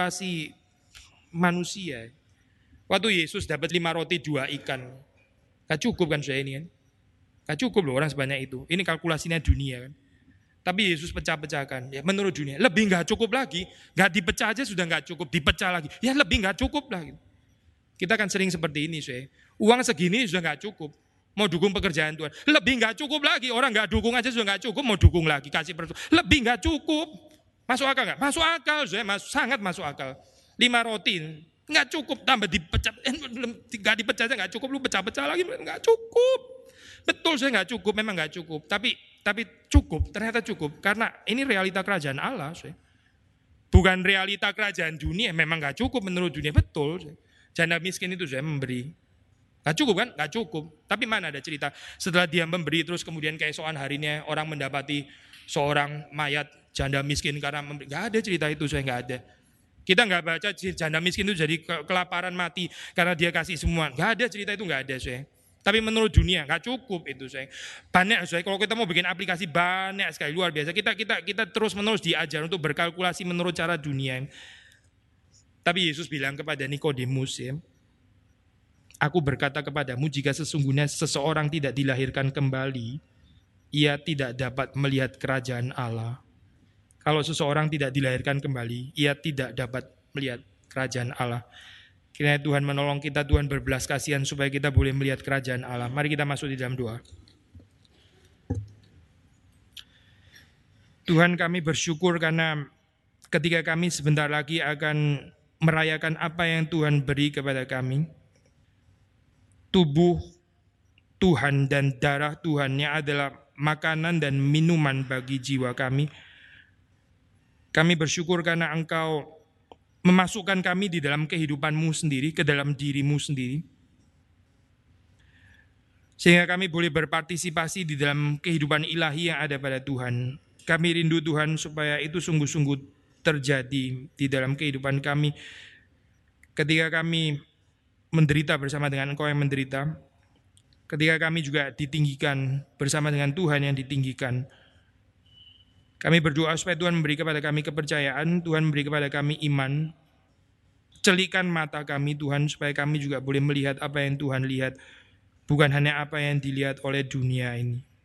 manusia. Waktu Yesus dapat 5 roti 2 ikan, gak cukup kan ini kan? Gak cukup loh orang sebanyak itu. Ini kalkulasinya dunia kan. Tapi Yesus pecah-pecahkan. Ya, menurut dunia lebih gak cukup lagi. Gak dipecah aja sudah gak cukup. Dipecah lagi. Ya lebih gak cukup lah. Kita kan sering seperti ini. Uang segini sudah gak cukup. mau dukung pekerjaan Tuhan. Lebih nggak cukup lagi, orang nggak dukung aja sudah nggak cukup, mau dukung lagi, kasih lebih nggak cukup. Masuk akal nggak? Masuk akal, sangat masuk akal. 5 roti, nggak cukup, tambah dipecah, nggak dipecah nggak cukup, lu pecah-pecah lagi, nggak cukup. Betul saya nggak cukup, memang nggak cukup, tapi cukup, ternyata cukup, karena ini realita kerajaan Allah. Bukan realita kerajaan dunia, memang nggak cukup menurut dunia, betul. Janda miskin itu saya memberi. Gak cukup kan? Gak cukup. Tapi mana ada cerita setelah dia memberi terus kemudian keesokan harinya orang mendapati seorang mayat janda miskin karena memberi. Gak ada cerita itu, saya gak ada. Kita gak baca janda miskin itu jadi kelaparan mati karena dia kasih semua. Gak ada cerita itu, gak ada saya. Tapi menurut dunia gak cukup itu saya. Banyak saya. Kalau kita mau bikin aplikasi banyak sekali, luar biasa. Kita terus menerus diajar untuk berkalkulasi menurut cara dunia. Tapi Yesus bilang kepada Nikodemus, ya, aku berkata kepadamu, jika sesungguhnya seseorang tidak dilahirkan kembali, ia tidak dapat melihat kerajaan Allah. Kalau seseorang tidak dilahirkan kembali, ia tidak dapat melihat kerajaan Allah. Kiranya Tuhan menolong kita, Tuhan berbelas kasihan supaya kita boleh melihat kerajaan Allah. Mari kita masuk di dalam doa. Tuhan, kami bersyukur karena ketika kami sebentar lagi akan merayakan apa yang Tuhan beri kepada kami, tubuh Tuhan dan darah Tuhan yang adalah makanan dan minuman bagi jiwa kami. Kami bersyukur karena Engkau memasukkan kami di dalam kehidupan-Mu sendiri, ke dalam diri-Mu sendiri. Sehingga kami boleh berpartisipasi di dalam kehidupan ilahi yang ada pada Tuhan. Kami rindu Tuhan supaya itu sungguh-sungguh terjadi di dalam kehidupan kami. Ketika kami menderita bersama dengan Engkau yang menderita, ketika kami juga ditinggikan bersama dengan Tuhan yang ditinggikan, kami berdoa supaya Tuhan memberi kepada kami kepercayaan, Tuhan memberi kepada kami iman, celikan mata kami Tuhan, supaya kami juga boleh melihat apa yang Tuhan lihat, bukan hanya apa yang dilihat oleh dunia ini.